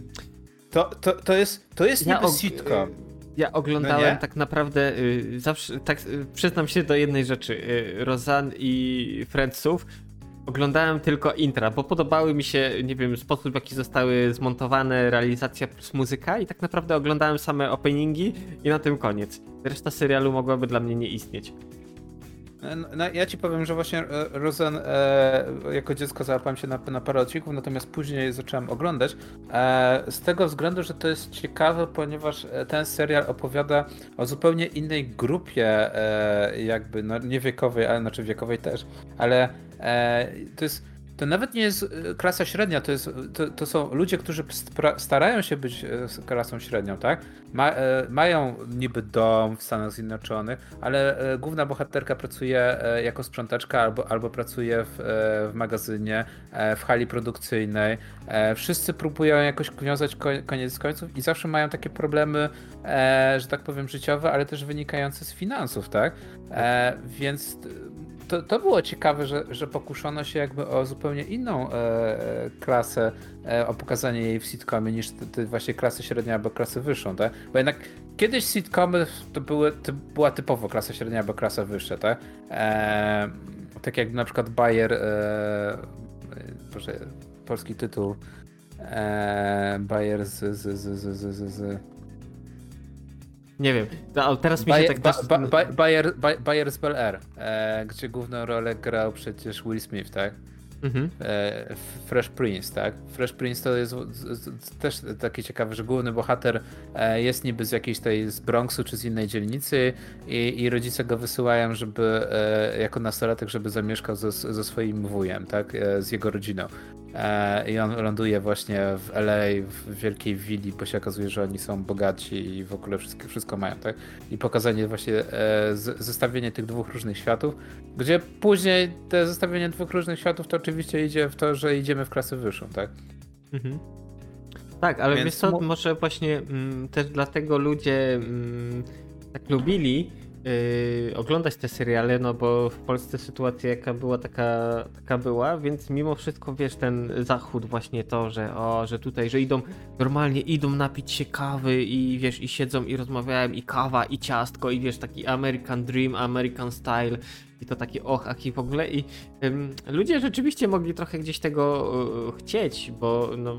To jest niby sitcom. Ja oglądałem No tak naprawdę zawsze, tak przyznam się do jednej rzeczy. Roseanne i Friendsów oglądałem tylko intra, bo podobały mi się, nie wiem, sposób w jaki zostały zmontowane, realizacja plus muzyka i tak naprawdę oglądałem same openingi i na tym koniec. Reszta serialu mogłaby dla mnie nie istnieć. No, ja ci powiem, że właśnie Roseanne jako dziecko załapałem się na parę odcinków, natomiast później zacząłem oglądać. Z tego względu, że to jest ciekawe, ponieważ ten serial opowiada o zupełnie innej grupie, jakby, no nie wiekowej, ale znaczy wiekowej też, ale to nawet nie jest klasa średnia, to są ludzie, którzy starają się być klasą średnią, tak? Mają niby dom w Stanach Zjednoczonych, ale główna bohaterka pracuje jako sprzątaczka albo pracuje w magazynie, w hali produkcyjnej. Wszyscy próbują jakoś wiązać koniec z końców i zawsze mają takie problemy, że tak powiem, życiowe, ale też wynikające z finansów, tak? Więc to było ciekawe, że pokuszono się jakby o zupełnie inną klasę, o pokazanie jej w sitcomie niż właśnie klasy średnia albo klasy wyższą, tak? Bo jednak kiedyś sitcomy to była typowo klasa średnia albo klasa wyższa, tak? Tak jak na przykład Bayer, polski tytuł, Bayer z Nie wiem, ale teraz mi się Bayer z Bel Air, gdzie główną rolę grał przecież Will Smith, tak? Fresh Prince, tak? Fresh Prince to jest też takie ciekawe, że główny bohater jest niby z jakiejś z Bronxu czy z innej dzielnicy i rodzice go wysyłają, żeby jako nastolatek, żeby zamieszkał ze swoim wujem, tak? Z jego rodziną. I on ląduje właśnie w LA, w wielkiej willi, bo się okazuje, że oni są bogaci i w ogóle wszystko mają, tak? I pokazanie właśnie, zestawienie tych dwóch różnych światów, gdzie później te zestawienie dwóch różnych światów to oczywiście idzie w to, że idziemy w klasę wyższą, tak? Tak, ale wiesz co, może właśnie też dlatego ludzie tak lubili oglądać te seriale, no bo w Polsce sytuacja jaka była, taka była, więc mimo wszystko, wiesz, ten zachód właśnie to, że tutaj, że idą napić się kawy i wiesz, i siedzą i rozmawiają i kawa, i ciastko, i wiesz, taki American Dream, American Style i to takie ach i w ogóle i ludzie rzeczywiście mogli trochę gdzieś tego chcieć, bo no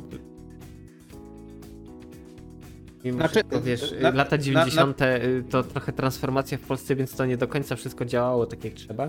wszystko, wiesz, lata 90. To trochę transformacja w Polsce, więc to nie do końca wszystko działało tak jak trzeba.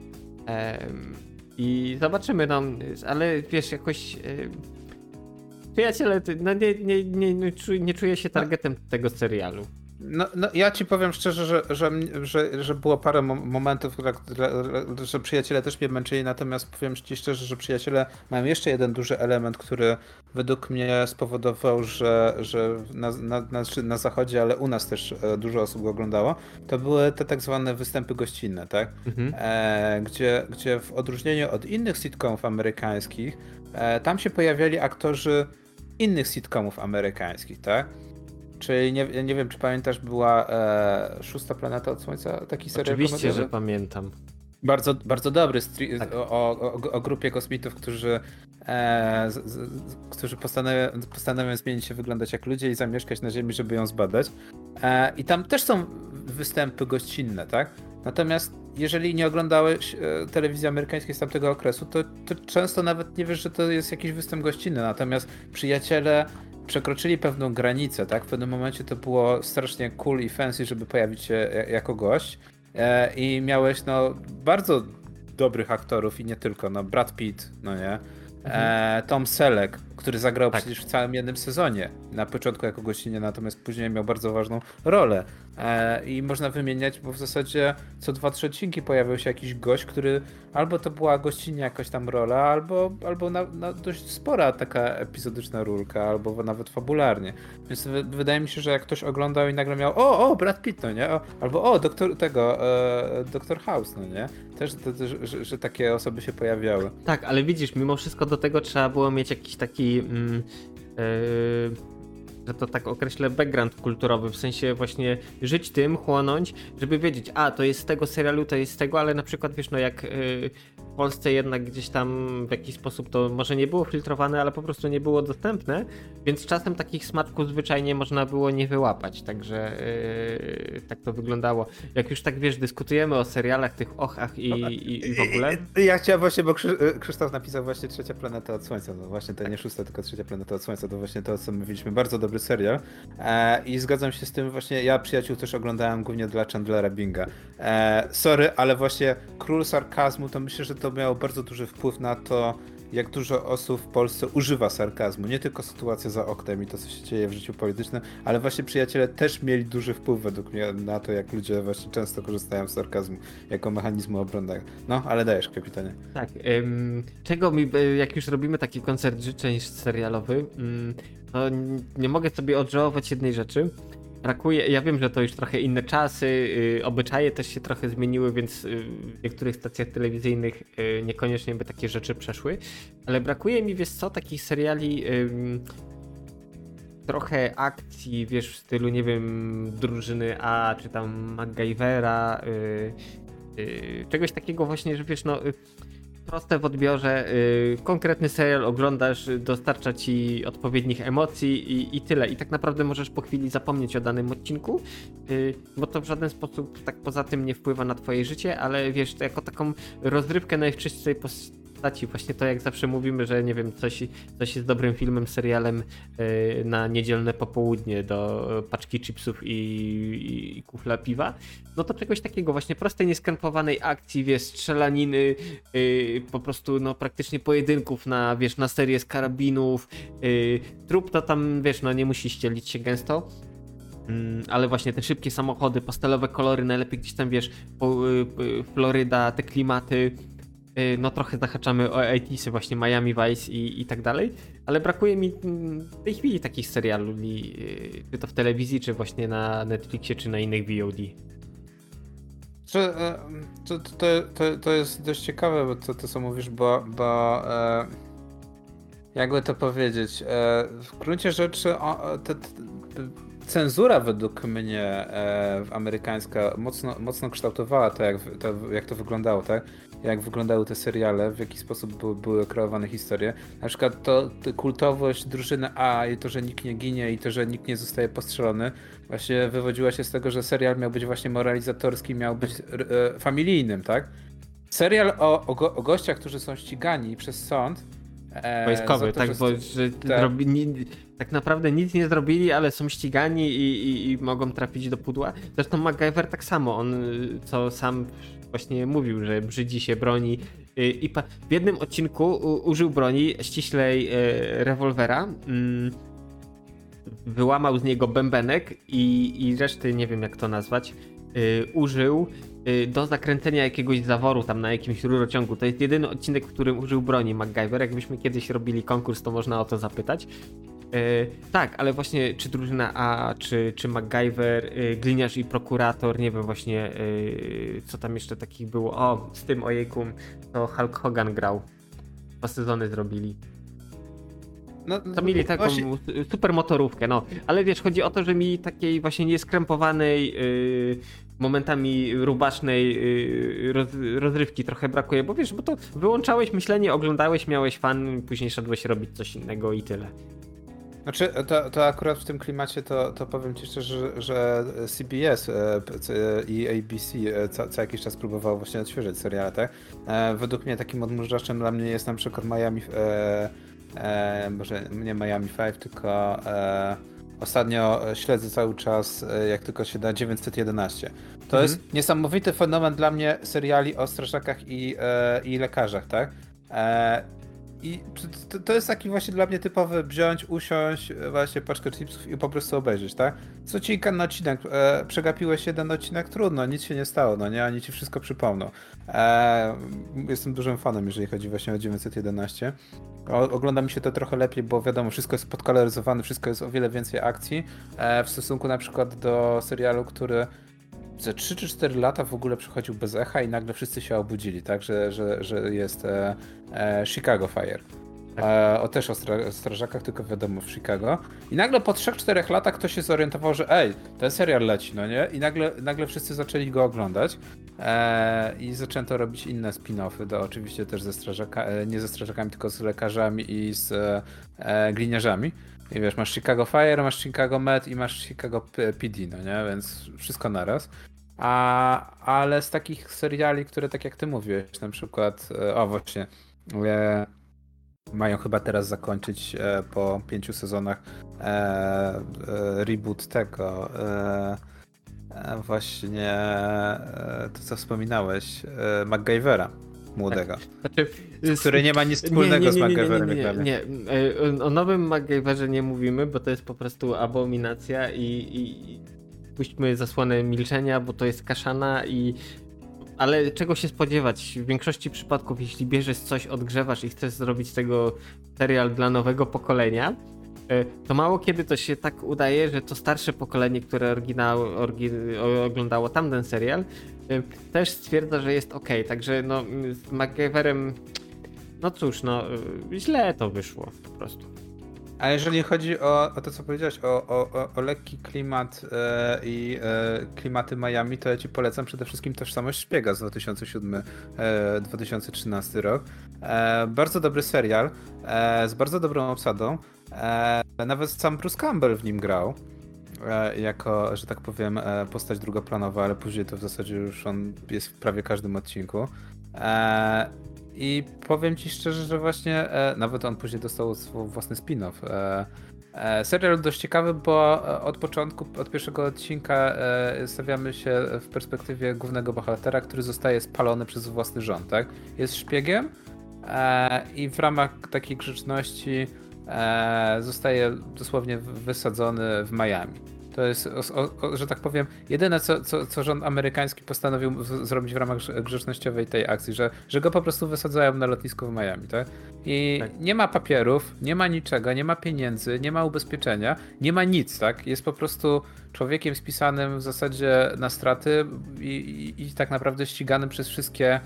I zobaczymy, no, ale wiesz, jakoś Przyjaciele, no nie czuję się targetem tego serialu. No, ja ci powiem szczerze, że było parę momentów, że Przyjaciele też mnie męczyli, natomiast powiem ci szczerze, że Przyjaciele mają jeszcze jeden duży element, który według mnie spowodował, że na zachodzie, ale u nas też dużo osób go oglądało, to były te tak zwane występy gościnne, tak? Gdzie w odróżnieniu od innych sitcomów amerykańskich, tam się pojawiali aktorzy innych sitcomów amerykańskich, tak? Czyli nie wiem, czy pamiętasz, była Szósta Planeta od Słońca, taki serial Oczywiście, komediowy? że pamiętam. Bardzo, bardzo dobry, tak. o grupie kosmitów, którzy postanawiają zmienić się, wyglądać jak ludzie i zamieszkać na Ziemi, żeby ją zbadać. I tam też są występy gościnne, tak? Natomiast jeżeli nie oglądałeś telewizji amerykańskiej z tamtego okresu, to często nawet nie wiesz, że to jest jakiś występ gościnny. Natomiast Przyjaciele przekroczyli pewną granicę, tak? W pewnym momencie to było strasznie cool i fancy, żeby pojawić się jako gość. I miałeś bardzo dobrych aktorów i nie tylko, Brad Pitt, no nie? Tom Selleck, który zagrał Tak. przecież w całym jednym sezonie. Na początku jako gościnie, natomiast później miał bardzo ważną rolę. I można wymieniać, bo w zasadzie co 2-3 odcinki pojawił się jakiś gość, który albo to była gościnnie jakaś tam rola, albo na dość spora taka epizodyczna rulka, albo nawet fabularnie. Więc wydaje mi się, że jak ktoś oglądał i nagle miał Brad Pitt, no nie? Albo Doktor House, no nie? Też, że takie osoby się pojawiały. Tak, ale widzisz, mimo wszystko do tego trzeba było mieć jakiś taki, że to tak określę, background kulturowy, w sensie właśnie żyć tym, chłonąć, żeby wiedzieć, to jest z tego serialu, to jest z tego, ale na przykład wiesz, no jak w Polsce jednak gdzieś tam w jakiś sposób to może nie było filtrowane, ale po prostu nie było dostępne, więc czasem takich smaczków zwyczajnie można było nie wyłapać, także tak to wyglądało. Jak już tak wiesz, dyskutujemy o serialach, tych ochach i w ogóle. Ja chciałem właśnie, bo Krzysztof napisał właśnie Trzecia Planeta od Słońca, no właśnie to nie szósta, tylko Trzecia Planeta od Słońca, to właśnie to, co mówiliśmy, bardzo dobry serial i zgadzam się z tym właśnie, ja Przyjaciół też oglądałem głównie dla Chandlera Binga. Sorry, ale właśnie Król Sarkazmu, to myślę, że to miało bardzo duży wpływ na to, jak dużo osób w Polsce używa sarkazmu. Nie tylko sytuacja za oknem i to, co się dzieje w życiu politycznym, ale właśnie Przyjaciele też mieli duży wpływ według mnie na to, jak ludzie właśnie często korzystają z sarkazmu jako mechanizmu obronnego. No, ale dajesz, kapitanie. Tak, czego mi, jak już robimy taki koncert życzeń serialowy, to nie mogę sobie odżałować jednej rzeczy. Brakuje, ja wiem, że to już trochę inne czasy, obyczaje też się trochę zmieniły, więc w niektórych stacjach telewizyjnych niekoniecznie by takie rzeczy przeszły, ale brakuje mi, wiesz co, takich seriali, trochę akcji, wiesz, w stylu, nie wiem, Drużyny A, czy tam MacGyvera, czegoś takiego właśnie, że wiesz, no proste w odbiorze, konkretny serial oglądasz, dostarcza ci odpowiednich emocji i tyle. I tak naprawdę możesz po chwili zapomnieć o danym odcinku, bo to w żaden sposób tak poza tym nie wpływa na twoje życie, ale wiesz, to jako taką rozrywkę najczystszej postaci, właśnie to jak zawsze mówimy, że nie wiem, coś jest dobrym filmem, serialem na niedzielne popołudnie do paczki chipsów i kufla piwa, no to czegoś takiego właśnie prostej, nieskrępowanej akcji, wiesz, strzelaniny, po prostu no praktycznie pojedynków na, wiesz, na serię z karabinów, trup to tam, wiesz, no nie musi ścielić się gęsto, ale właśnie te szybkie samochody, pastelowe kolory, najlepiej gdzieś tam, wiesz, Floryda, te klimaty, no trochę zahaczamy o 80'sy, właśnie Miami Vice i tak dalej, ale brakuje mi w tej chwili takich seriali, czy to w telewizji, czy właśnie na Netflixie, czy na innych VOD. To jest dość ciekawe, bo to co mówisz, bo jakby to powiedzieć, w gruncie rzeczy cenzura według mnie amerykańska mocno kształtowała to, jak to wyglądało, tak? Jak wyglądały te seriale, w jaki sposób były kreowane historie. Na przykład to kultowość Drużyny A i to, że nikt nie ginie i to, że nikt nie zostaje postrzelony, właśnie wywodziła się z tego, że serial miał być właśnie moralizatorski, miał być familijnym, tak? Serial o gościach, którzy są ścigani przez sąd. Wojskowy, tak, bo że tak naprawdę nic nie zrobili, ale są ścigani i mogą trafić do pudła. Zresztą MacGyver tak samo, on co sam właśnie mówił, że brzydzi się broni i w jednym odcinku użył broni, ściślej rewolwera, wyłamał z niego bębenek i reszty, nie wiem jak to nazwać, użył do zakręcenia jakiegoś zaworu tam na jakimś rurociągu. To jest jedyny odcinek, w którym użył broni MacGyver. Jakbyśmy kiedyś robili konkurs, to można o to zapytać. Tak, ale właśnie czy Drużyna A, czy MacGyver, Gliniarz i Prokurator, nie wiem właśnie co tam jeszcze takich było. O, z tym ojejku, to Hulk Hogan grał. 2 sezony zrobili. To mieli taką właśnie super motorówkę, no. Ale wiesz, chodzi o to, że mi takiej właśnie nieskrępowanej, momentami rubacznej rozrywki trochę brakuje, bo wiesz, bo to wyłączałeś myślenie, oglądałeś, miałeś fan, później szedłeś robić coś innego i tyle. Znaczy, to akurat w tym klimacie to powiem ci szczerze, że CBS i ABC co jakiś czas próbowało właśnie odświeżyć seriale, tak? Według mnie takim odmurzaczem dla mnie jest na przykład Miami, może nie Miami 5, tylko ostatnio śledzę cały czas, jak tylko się da, 911. To jest niesamowity fenomen dla mnie seriali o strażakach i lekarzach, tak? to jest taki właśnie dla mnie typowy wziąć, usiąść, właśnie paczkę chipsów i po prostu obejrzeć, tak? Z odcinka na odcinek, przegapiłeś jeden odcinek, trudno, nic się nie stało, no nie? Oni ci wszystko przypomną. Jestem dużym fanem, jeżeli chodzi właśnie o 911. Ogląda mi się to trochę lepiej, bo wiadomo, wszystko jest podkoloryzowane, wszystko jest o wiele więcej akcji, w stosunku na przykład do serialu, który za 3 czy 4 lata w ogóle przychodził bez echa i nagle wszyscy się obudzili, tak, że jest Chicago Fire. Też o strażakach, tylko wiadomo w Chicago. I nagle po 3-4 latach ktoś się zorientował, że ten serial leci, no nie? I nagle wszyscy zaczęli go oglądać. I zaczęto robić inne spin-offy, oczywiście też nie ze strażakami, tylko z lekarzami i z gliniarzami. I wiesz, masz Chicago Fire, masz Chicago Med i masz Chicago PD, no nie? Więc wszystko naraz. Ale z takich seriali, które tak jak ty mówiłeś, na przykład, właśnie, mają chyba teraz zakończyć po 5 sezonach reboot tego, właśnie to co wspominałeś, MacGyvera młodego. Znaczy, który nie ma nic wspólnego z MacGyverem. Nie. O nowym MacGyverze nie mówimy, bo to jest po prostu abominacja i puśćmy zasłonę milczenia, bo to jest kaszana ale czego się spodziewać? W większości przypadków, jeśli bierzesz coś, odgrzewasz i chcesz zrobić z tego serial dla nowego pokolenia, to mało kiedy to się tak udaje, że to starsze pokolenie, które oglądało tamten serial, też stwierdza, że jest okej. Także no z MacGyverem, no cóż, no źle to wyszło po prostu. A jeżeli chodzi o to, co powiedziałeś, o lekki klimat i klimaty Miami, to ja ci polecam przede wszystkim Tożsamość Szpiega z 2007-2013 rok. Bardzo dobry serial, z bardzo dobrą obsadą. Nawet sam Bruce Campbell w nim grał. Jako, że tak powiem, postać drugoplanowa, ale później to w zasadzie już on jest w prawie każdym odcinku. I powiem ci szczerze, że właśnie nawet on później dostał swój własny spin-off. Serial dość ciekawy, bo od początku, od pierwszego odcinka stawiamy się w perspektywie głównego bohatera, który zostaje spalony przez własny rząd, tak? Jest szpiegiem i w ramach takiej grzeczności zostaje dosłownie wysadzony w Miami. To jest, że tak powiem, jedyne, co rząd amerykański postanowił zrobić w ramach grzecznościowej tej akcji, że go po prostu wysadzają na lotnisku w Miami, tak? I tak. Nie ma papierów, nie ma niczego, nie ma pieniędzy, nie ma ubezpieczenia, nie ma nic, tak? Jest po prostu człowiekiem spisanym w zasadzie na straty i tak naprawdę ściganym przez wszystkie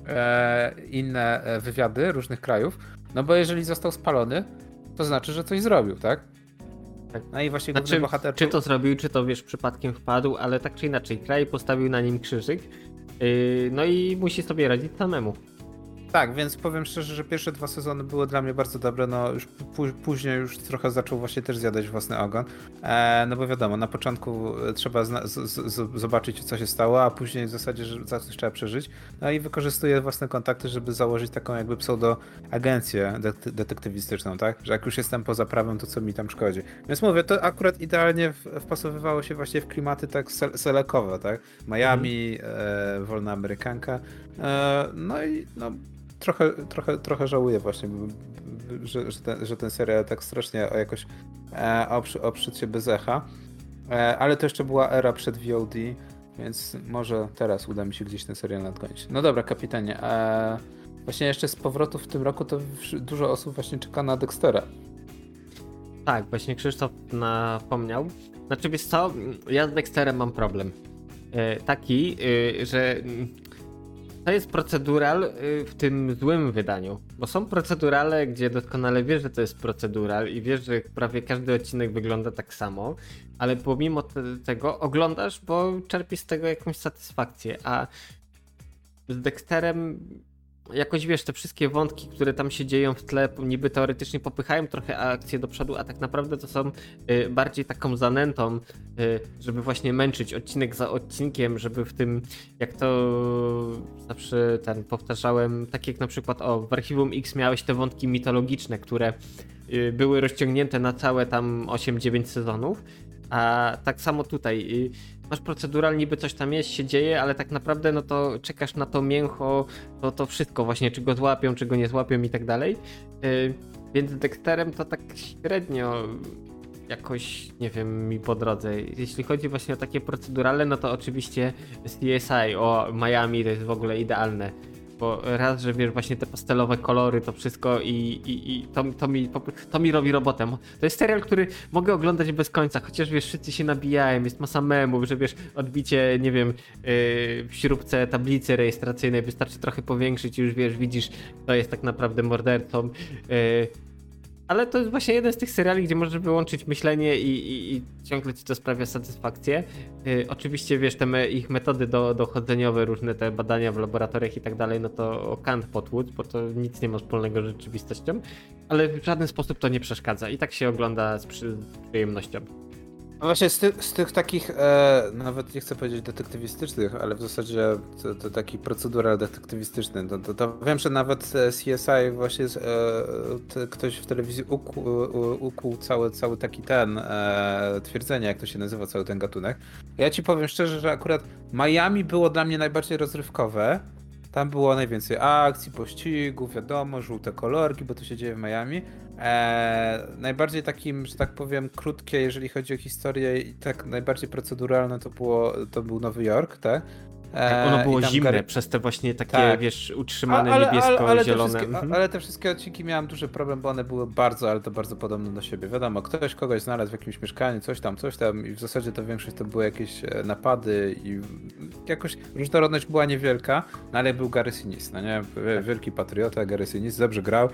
inne wywiady różnych krajów, no bo jeżeli został spalony, to znaczy, że coś zrobił, tak? Tak. No i właśnie główny bohater... Czy to zrobił, czy to wiesz, przypadkiem wpadł, ale tak czy inaczej, kraj postawił na nim krzyżyk, no i musi sobie radzić samemu. Tak, więc powiem szczerze, że pierwsze 2 sezony były dla mnie bardzo dobre, no już później już trochę zaczął właśnie też zjadać własny ogon, no bo wiadomo, na początku trzeba zobaczyć, co się stało, a później w zasadzie, że za coś trzeba przeżyć, no i wykorzystuje własne kontakty, żeby założyć taką jakby pseudo-agencję detektywistyczną, tak, że jak już jestem poza prawem, to co mi tam szkodzi. Więc mówię, to akurat idealnie wpasowywało się właśnie w klimaty tak selekowe, tak, Miami, wolna Amerykanka, no i no trochę żałuję właśnie, że ten serial tak strasznie jakoś oprzedł się bez echa, ale to jeszcze była era przed VOD, więc może teraz uda mi się gdzieś ten serial nadgonić. No dobra, kapitanie, właśnie jeszcze z powrotu w tym roku to dużo osób właśnie czeka na Dextera. Tak, właśnie Krzysztof napomniał. Znaczy wiesz co, ja z Dexterem mam problem. Taki, że... To jest procedural w tym złym wydaniu, bo są procedurale, gdzie doskonale wiesz, że to jest procedural i wiesz, że prawie każdy odcinek wygląda tak samo, ale pomimo tego oglądasz, bo czerpiesz z tego jakąś satysfakcję, a z Dexterem jakoś wiesz, te wszystkie wątki, które tam się dzieją w tle, niby teoretycznie popychają trochę akcję do przodu, a tak naprawdę to są bardziej taką zanętą, żeby właśnie męczyć odcinek za odcinkiem, żeby w tym, jak to zawsze powtarzałem, tak jak na przykład w Archiwum X miałeś te wątki mitologiczne, które były rozciągnięte na całe tam 8-9 sezonów, a tak samo tutaj masz procedural, niby coś tam jest, się dzieje, ale tak naprawdę no to czekasz na to mięcho, to wszystko właśnie, czy go złapią, czy go nie złapią i tak dalej. Więc z Dexterem to tak średnio jakoś, nie wiem, mi po drodze. Jeśli chodzi właśnie o takie procedurale, no to oczywiście CSI o Miami to jest w ogóle idealne. Bo raz, że wiesz, właśnie te pastelowe kolory, to wszystko i to mi robi robotę. To jest serial, który mogę oglądać bez końca, chociaż wiesz, wszyscy się nabijają, jest masa memów, że wiesz, odbicie, nie wiem, w śrubce tablicy rejestracyjnej wystarczy trochę powiększyć i już wiesz, widzisz, kto jest tak naprawdę mordercą. Ale to jest właśnie jeden z tych seriali, gdzie możesz wyłączyć myślenie i ciągle ci to sprawia satysfakcję. Oczywiście, wiesz, te ich metody dochodzeniowe, różne te badania w laboratoriach i tak dalej, no to can't potłuc, bo to nic nie ma wspólnego z rzeczywistością, ale w żaden sposób to nie przeszkadza i tak się ogląda z przyjemnością. No właśnie z tych takich, nawet nie chcę powiedzieć detektywistycznych, ale w zasadzie to taki procedural detektywistyczny. To wiem, że nawet CSI właśnie ktoś w telewizji ukuł cały taki twierdzenie, jak to się nazywa, cały ten gatunek. Ja ci powiem szczerze, że akurat Miami było dla mnie najbardziej rozrywkowe. Tam było najwięcej akcji, pościgów, wiadomo, żółte kolorki, bo to się dzieje w Miami. Najbardziej takim, że tak powiem, krótkie, jeżeli chodzi o historię i tak najbardziej proceduralne to był Nowy Jork, tak? Ono było zimne przez te właśnie takie, tak, wiesz, utrzymane niebiesko-zielone. Ale te wszystkie odcinki miałem duży problem, bo one były bardzo podobne do siebie. Wiadomo, ktoś kogoś znalazł w jakimś mieszkaniu, coś tam i w zasadzie to większość to były jakieś napady i jakoś różnorodność była niewielka, no ale był Gary Sinise, no nie? Wielki patriota, Gary Sinise, dobrze grał,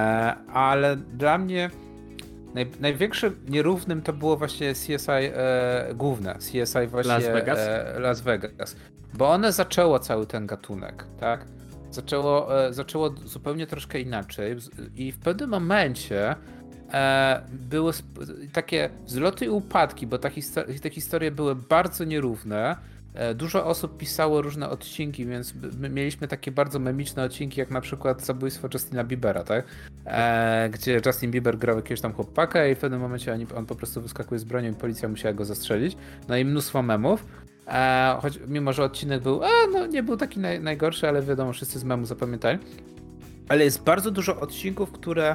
ale dla mnie największym nierównym to było właśnie CSI główne, CSI właśnie Las Vegas. Bo one zaczęło cały ten gatunek, tak? Zaczęło zupełnie troszkę inaczej i w pewnym momencie były takie wzloty i upadki, bo te historie były bardzo nierówne. Dużo osób pisało różne odcinki, więc mieliśmy takie bardzo memiczne odcinki, jak na przykład zabójstwo Justina Biebera, tak? Gdzie Justin Bieber grał jakiegoś tam chłopaka i w pewnym momencie on po prostu wyskakuje z bronią i policja musiała go zastrzelić. No i mnóstwo memów. Choć mimo, że odcinek był, nie był taki najgorszy, ale wiadomo, wszyscy z memu zapamiętali. Ale jest bardzo dużo odcinków, które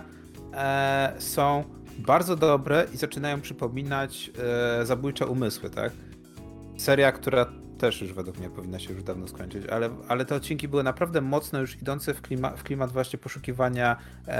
są bardzo dobre i zaczynają przypominać Zabójcze umysły, tak? Seria, która też już według mnie powinna się już dawno skończyć, ale te odcinki były naprawdę mocno już idące w klimat właśnie poszukiwania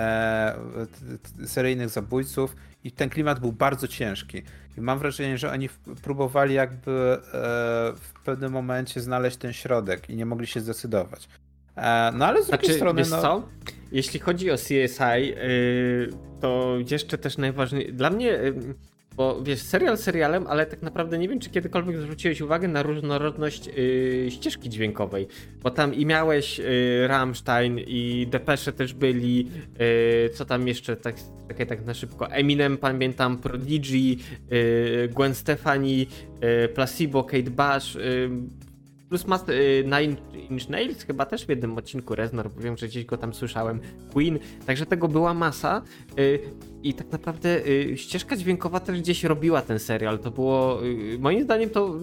seryjnych zabójców i ten klimat był bardzo ciężki. I mam wrażenie, że oni próbowali jakby w pewnym momencie znaleźć ten środek i nie mogli się zdecydować. No ale z drugiej strony... Wiesz co? Jeśli chodzi o CSI, to jeszcze też najważniejsze... Dla mnie... Bo wiesz, serialem, ale tak naprawdę nie wiem, czy kiedykolwiek zwróciłeś uwagę na różnorodność ścieżki dźwiękowej. Bo tam i miałeś Rammstein, i Depeche też byli, co tam jeszcze, tak na szybko, Eminem, pamiętam, Prodigy, Gwen Stefani, Placebo, Kate Bush, plus Nine Inch Nails chyba też w jednym odcinku, Reznor, bo wiem, że gdzieś go tam słyszałem, Queen, także tego była masa i tak naprawdę ścieżka dźwiękowa też gdzieś robiła ten serial, to było, moim zdaniem to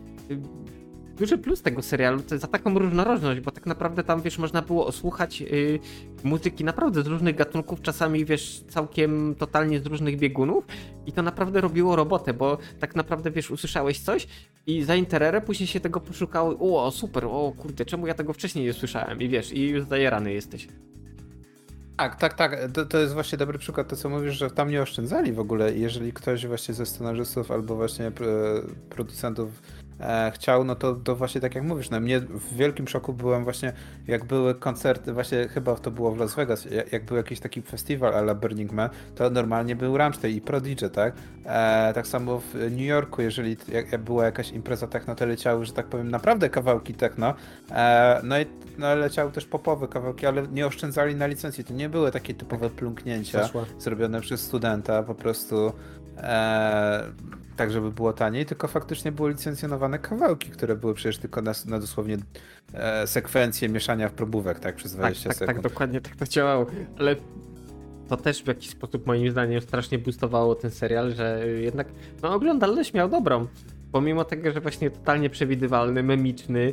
duży plus tego serialu, to za taką różnorodność, bo tak naprawdę tam, wiesz, można było osłuchać muzyki naprawdę z różnych gatunków, czasami, wiesz, całkiem totalnie z różnych biegunów i to naprawdę robiło robotę, bo tak naprawdę, wiesz, usłyszałeś coś i za intererę później się tego poszukało, o super, o kurde, czemu ja tego wcześniej nie słyszałem i wiesz, i już zajarany jesteś. Tak. To jest właśnie dobry przykład, to co mówisz, że tam nie oszczędzali w ogóle. Jeżeli ktoś właśnie ze scenarzystów albo właśnie producentów chciał, no to właśnie tak jak mówisz, no mnie w wielkim szoku byłem właśnie, jak były koncerty, właśnie chyba to było w Las Vegas, jak był jakiś taki festiwal a la Burning Man, to normalnie był Rammstein i Prodigy, tak? Tak samo w New Yorku, jeżeli jak była jakaś impreza techno, to leciały, że tak powiem, naprawdę kawałki techno, no i leciały też popowe kawałki, ale nie oszczędzali na licencji, to nie były takie typowe plunknięcia zrobione przez studenta, po prostu tak, żeby było taniej, tylko faktycznie były licencjonowane kawałki, które były przecież tylko na dosłownie sekwencję mieszania w probówek, tak, przez 20 sekund. Tak, dokładnie tak to działało, ale to też w jakiś sposób moim zdaniem strasznie boostowało ten serial, że jednak no oglądalność miał dobrą. pomimo tego, że właśnie totalnie przewidywalny, memiczny,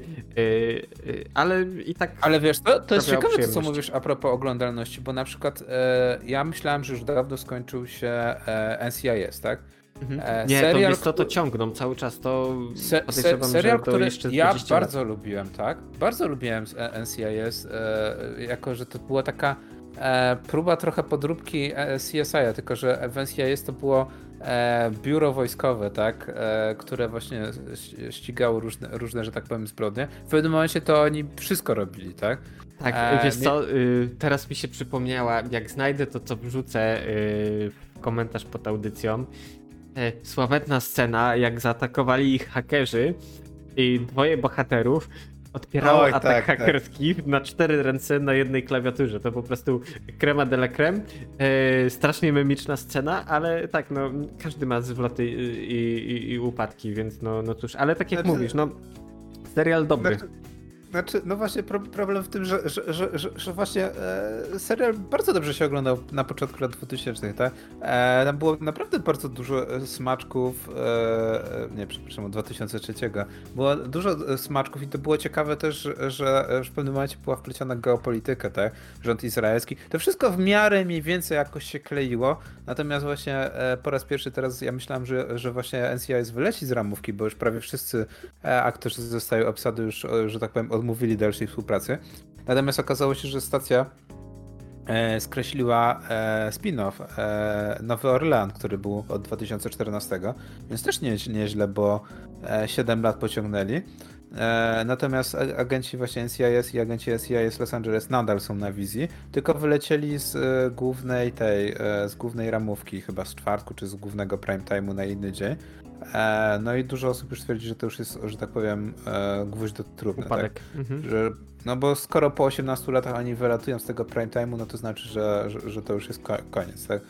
ale i tak... Ale wiesz, to jest sprawiał ciekawe to, co przyjemność. mówisz a propos oglądalności, bo na przykład ja myślałem, że już dawno skończył się NCIS, tak? Nie, to Serial, wiesz co, to ciągną cały czas, to podejrzewam, serial, że to który jeszcze z ja 20 lat. bardzo lubiłem, tak? Bardzo lubiłem NCIS, jako że to była taka próba trochę podróbki CSI-a, tylko że w NCIS to było biuro wojskowe, tak? Które właśnie ścigało różne, że tak powiem, zbrodnie. W pewnym momencie to oni wszystko robili, tak? Tak, wiesz co, teraz mi się przypomniała, jak znajdę to, co wrzucę w komentarz pod audycją. Sławetna scena, jak zaatakowali ich hakerzy i dwoje bohaterów odpierało Oj, atak tak, hakerski na 4 ręce na jednej klawiaturze. To po prostu crema de la creme. Strasznie memiczna scena, ale tak, no każdy ma zwroty i upadki, więc no cóż, ale tak jak mówisz, no serial dobry. Znaczy, no właśnie problem w tym, że właśnie serial bardzo dobrze się oglądał na początku lat 2000, tak? Tam było naprawdę bardzo dużo smaczków, nie, przepraszam, od 2003. Było dużo smaczków i to było ciekawe też, że w pewnym momencie była wpleciona geopolityka, tak? Rząd izraelski. To wszystko w miarę mniej więcej jakoś się kleiło, natomiast właśnie po raz pierwszy teraz ja myślałem, że właśnie NCIS wyleci z ramówki, bo już prawie wszyscy aktorzy zostają obsady już, że tak powiem, odmówili dalszej współpracy. Natomiast okazało się, że stacja skreśliła spin-off Nowy Orlean, który był od 2014, więc też nieźle, bo 7 lat pociągnęli. Natomiast agenci właśnie NCIS i agenci SCIS Los Angeles nadal są na wizji, tylko wylecieli z głównej ramówki, chyba z czwartku, czy z głównego prime time'u na inny dzień. No i dużo osób już twierdzi, że to już jest, że tak powiem, gwóźdź do trumny. Upadek. Tak? No bo skoro po 18 latach oni wylatują z tego prime time'u, no to znaczy, że to już jest koniec, tak?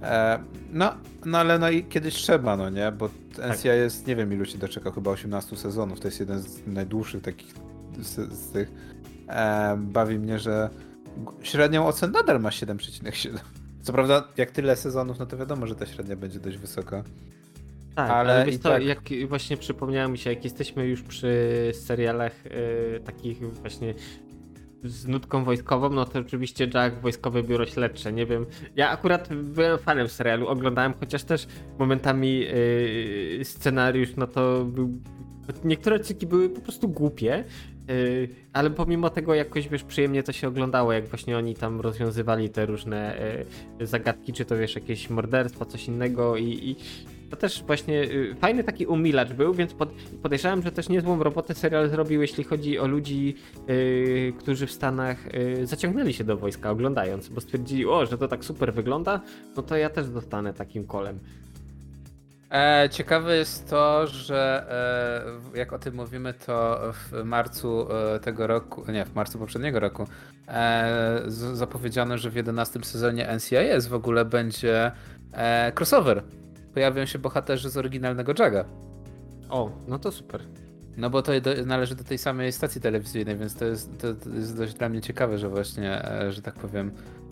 No ale no i kiedyś trzeba, no nie? Bo NCIS, nie wiem ilu się doczekał, chyba 18 sezonów, to jest jeden z najdłuższych takich z tych. Bawi mnie, że średnią ocen nadal ma 7,7. Co prawda, jak tyle sezonów, no to wiadomo, że ta średnia będzie dość wysoka. Tak, ale wiesz i co, tak... jak właśnie przypomniało mi się, jak jesteśmy już przy serialach takich właśnie z nutką wojskową, no to oczywiście Jack, Wojskowe Biuro Śledcze, nie wiem, ja akurat byłem fanem serialu, oglądałem, chociaż też momentami scenariusz, no to był, niektóre odcinki były po prostu głupie, ale pomimo tego jakoś, wiesz, przyjemnie to się oglądało, jak właśnie oni tam rozwiązywali te różne zagadki, czy to wiesz, jakieś morderstwo, coś innego i to też właśnie fajny taki umilacz był, więc podejrzewam, że też niezłą robotę serial zrobił, jeśli chodzi o ludzi, którzy w Stanach zaciągnęli się do wojska oglądając, bo stwierdzili, że to tak super wygląda, no to ja też zostanę takim kolem. Ciekawe jest to, że jak o tym mówimy, to w marcu tego roku, nie, w marcu poprzedniego roku zapowiedziano, że w 11 sezonie NCIS w ogóle będzie crossover. Pojawią się bohaterzy z oryginalnego Jagga. No to super. No bo to należy do tej samej stacji telewizyjnej, więc to jest dość dla mnie ciekawe, że właśnie, że tak powiem,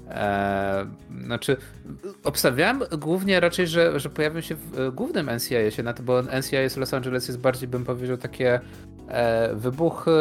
znaczy obstawiałem głównie raczej, że pojawią się w głównym NCIS-ie, bo NCIS Los Angeles jest bardziej, bym powiedział, takie wybuchy.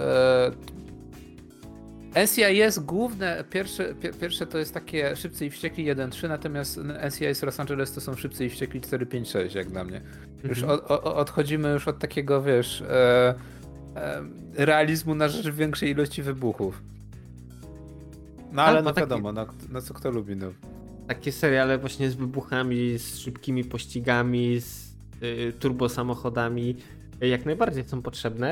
NCIS główne, pierwsze to jest takie Szybcy i Wściekli 1.3, natomiast NCIS Los Angeles to są Szybcy i Wściekli 4.5.6, jak dla mnie. Już odchodzimy już od takiego, wiesz, realizmu na rzecz większej ilości wybuchów. No ale no wiadomo, no co kto lubi, no. Takie seriale właśnie z wybuchami, z szybkimi pościgami, z turbosamochodami jak najbardziej są potrzebne.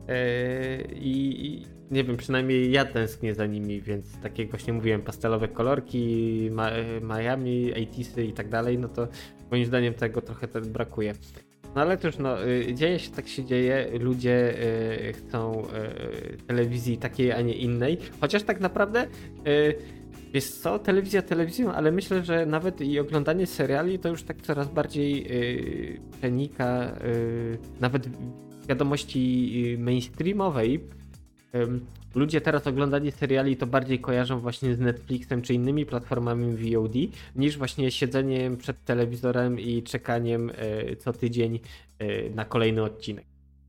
I nie wiem, przynajmniej ja tęsknię za nimi, więc tak jak właśnie mówiłem, pastelowe kolorki, Miami, 80sy i tak dalej, no to moim zdaniem tego trochę brakuje. No ale cóż, no dzieje się, tak się dzieje, ludzie chcą telewizji takiej, a nie innej, chociaż tak naprawdę wiesz co, telewizja telewizją, ale myślę, że nawet i oglądanie seriali to już tak coraz bardziej przenika nawet wiadomości mainstreamowej, ludzie teraz oglądanie seriali to bardziej kojarzą właśnie z Netflixem czy innymi platformami VOD, niż właśnie siedzeniem przed telewizorem i czekaniem co tydzień na kolejny odcinek.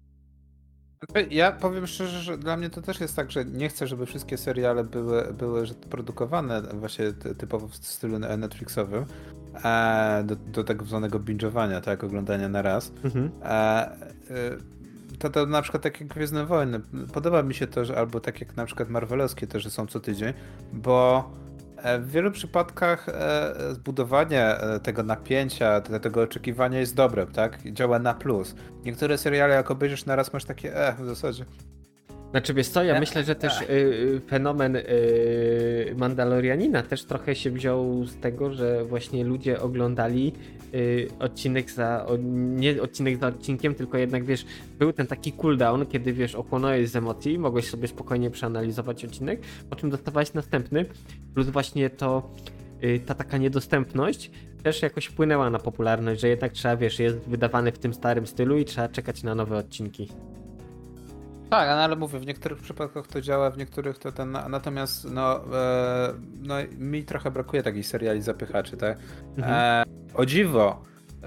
Ja powiem szczerze, że dla mnie to też jest tak, że nie chcę, żeby wszystkie seriale były produkowane właśnie typowo w stylu Netflixowym, do tak zwanego binge'owania, tak, oglądania na raz. To na przykład tak jak Gwiezdne Wojny, podoba mi się to, że albo tak jak na przykład Marvelowskie też, że są co tydzień, bo w wielu przypadkach zbudowanie tego napięcia, tego oczekiwania jest dobre, tak? Działa na plus. Niektóre seriale jak obejrzysz na raz masz takie w zasadzie. Znaczy wiesz co, ja myślę, że też fenomen Mandalorianina też trochę się wziął z tego, że właśnie ludzie oglądali nie odcinek za odcinkiem, tylko jednak wiesz, był ten taki cooldown, kiedy wiesz, ochłonąłeś z emocji, mogłeś sobie spokojnie przeanalizować odcinek, po czym dostawałeś następny, plus właśnie ta taka niedostępność też jakoś wpłynęła na popularność, że jednak trzeba, wiesz, jest wydawany w tym starym stylu i trzeba czekać na nowe odcinki. Tak, ale mówię, w niektórych przypadkach to działa, w niektórych to ten. Natomiast mi trochę brakuje takich seriali zapychaczy, tak? O dziwo.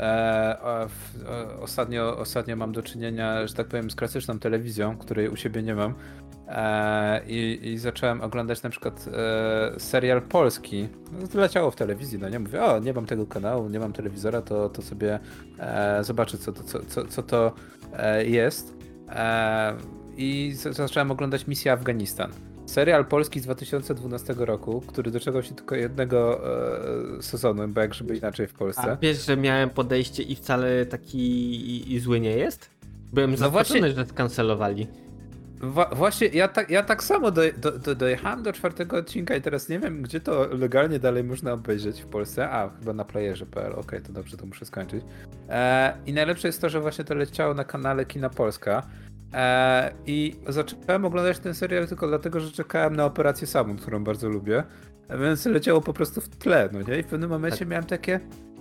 Ostatnio mam do czynienia, że tak powiem, z klasyczną telewizją, której u siebie nie mam. I zacząłem oglądać na przykład serial polski. To leciało w telewizji, no nie mówię, nie mam tego kanału, nie mam telewizora, to sobie zobaczę, co to jest. I zacząłem oglądać Misję Afganistan. Serial polski z 2012 roku, który doczekał się tylko jednego sezonu, bo jak żeby inaczej w Polsce. A wiesz, że miałem podejście i wcale taki zły nie jest? Byłem zaskoczony, że skancelowali. Właśnie, ja tak samo dojechałem do 4. odcinka i teraz nie wiem, gdzie to legalnie dalej można obejrzeć w Polsce. Chyba na playerze.pl, okej, to dobrze, to muszę skończyć. I najlepsze jest to, że właśnie to leciało na kanale Kina Polska. I zacząłem oglądać ten serial tylko dlatego, że czekałem na Operację Samum, którą bardzo lubię. Więc leciało po prostu w tle, no nie? I w pewnym momencie miałem takie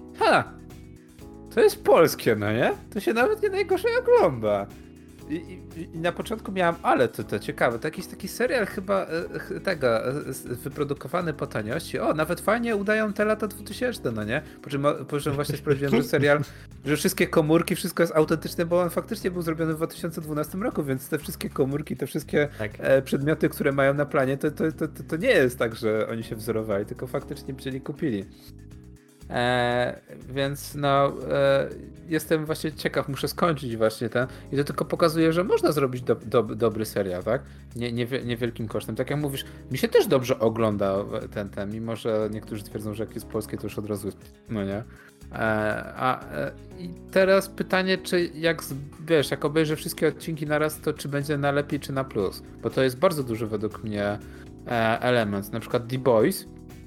to jest polskie, no nie? To się nawet nie najgorzej ogląda. I na początku miałem, ale to ciekawe, to jakiś taki serial chyba wyprodukowany po taniości. Nawet fajnie udają te lata 2000, no nie? Po czym właśnie sprawdziłem, że serial, że wszystkie komórki, wszystko jest autentyczne, bo on faktycznie był zrobiony w 2012 roku, więc te wszystkie komórki, te wszystkie przedmioty, które mają na planie, to nie jest tak, że oni się wzorowali, tylko faktycznie wzięli, kupili. Więc jestem właśnie ciekaw, muszę skończyć właśnie ten i to tylko pokazuje, że można zrobić dobry serial, tak? Niewielkim kosztem. Tak jak mówisz, mi się też dobrze ogląda ten, mimo że niektórzy twierdzą, że jak jest polskie, to już od razu jest, no nie? I teraz pytanie, czy jak obejrzę wszystkie odcinki naraz, to czy będzie na lepiej, czy na plus? Bo to jest bardzo duży według mnie element. Na przykład The Boys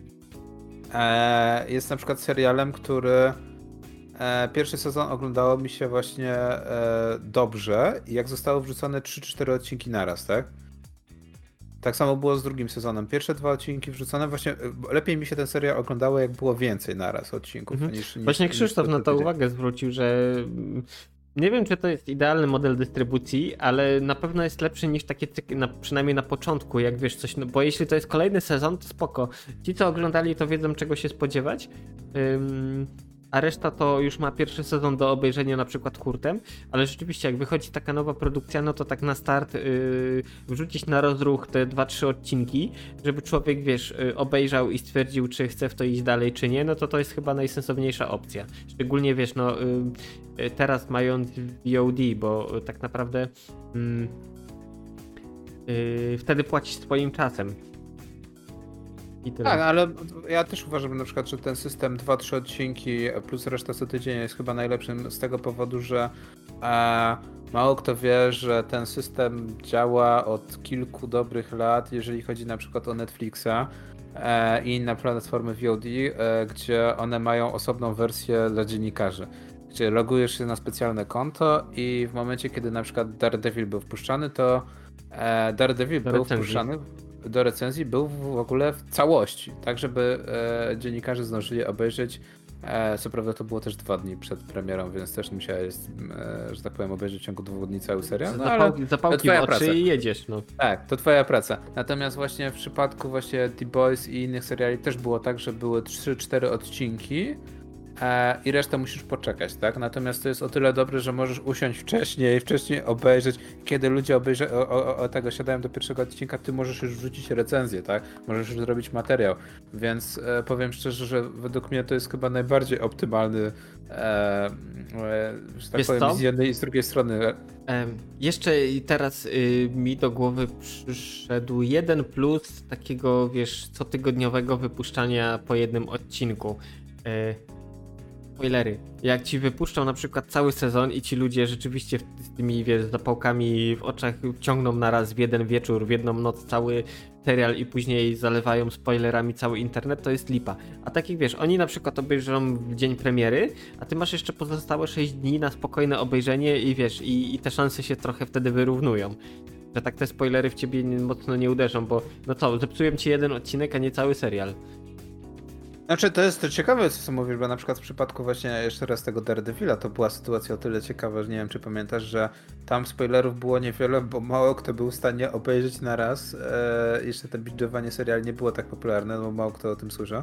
jest na przykład serialem, który pierwszy sezon oglądało mi się właśnie dobrze i jak zostało wrzucone 3-4 odcinki naraz, tak? Tak samo było z drugim sezonem. Pierwsze 2 odcinki wrzucone, właśnie lepiej mi się ten serial oglądało, jak było więcej naraz odcinków. Niż właśnie Krzysztof na to uwagę zwrócił, że nie wiem, czy to jest idealny model dystrybucji, ale na pewno jest lepszy niż takie, przynajmniej na początku, jak wiesz coś, bo jeśli to jest kolejny sezon, to spoko. Ci, co oglądali, to wiedzą, czego się spodziewać, a reszta to już ma pierwszy sezon do obejrzenia na przykład hurtem, ale rzeczywiście jak wychodzi taka nowa produkcja, no to tak na start wrzucić na rozruch te 2-3 odcinki, żeby człowiek, wiesz, obejrzał i stwierdził, czy chce w to iść dalej, czy nie, no to jest chyba najsensowniejsza opcja. Szczególnie, wiesz, teraz mając VOD, bo tak naprawdę wtedy płacisz swoim czasem. Tak, ale ja też uważam na przykład, że ten system 2-3 odcinki plus reszta co tydzień jest chyba najlepszym z tego powodu, że mało kto wie, że ten system działa od kilku dobrych lat, jeżeli chodzi na przykład o Netflixa i inne platformy VOD, gdzie one mają osobną wersję dla dziennikarzy, gdzie logujesz się na specjalne konto i w momencie, kiedy na przykład Daredevil był wpuszczany, to Daredevil był wpuszczany do recenzji, był w ogóle w całości, tak żeby dziennikarze zdążyli obejrzeć Co prawda to było też 2 dni przed premierą, więc też musiałeś, że tak powiem, obejrzeć w ciągu 2 dni cały serial. No, ale Zapałki w oczy praca. I jedziesz, no. Tak, to twoja praca. Natomiast właśnie w przypadku właśnie The Boys i innych seriali też było tak, że były 3-4 odcinki i resztę musisz poczekać, tak? Natomiast to jest o tyle dobre, że możesz usiąść wcześniej obejrzeć. Kiedy ludzie tego siadają do pierwszego odcinka, ty możesz już wrzucić recenzję, tak? Możesz już zrobić materiał. Więc powiem szczerze, że według mnie to jest chyba najbardziej optymalny, że tak powiem, z jednej i z drugiej strony. Jeszcze i teraz mi do głowy przyszedł jeden plus takiego, wiesz, cotygodniowego wypuszczania po jednym odcinku. Spoilery. Jak ci wypuszczą na przykład cały sezon i ci ludzie rzeczywiście z tymi, wiesz, zapałkami w oczach ciągną naraz w jeden wieczór, w jedną noc cały serial i później zalewają spoilerami cały internet, to jest lipa. A takich, wiesz, oni na przykład obejrzą w dzień premiery, a ty masz jeszcze pozostałe 6 dni na spokojne obejrzenie i wiesz, i te szanse się trochę wtedy wyrównują. Że tak te spoilery w ciebie mocno nie uderzą, bo no co, zepsują ci jeden odcinek, a nie cały serial. Znaczy to jest ciekawe, co mówisz, bo na przykład w przypadku właśnie jeszcze raz tego Daredevila to była sytuacja o tyle ciekawa, że nie wiem czy pamiętasz, że tam spoilerów było niewiele, bo mało kto był w stanie obejrzeć na raz. Jeszcze to binge'owanie seriali nie było tak popularne, bo mało kto o tym słyszał.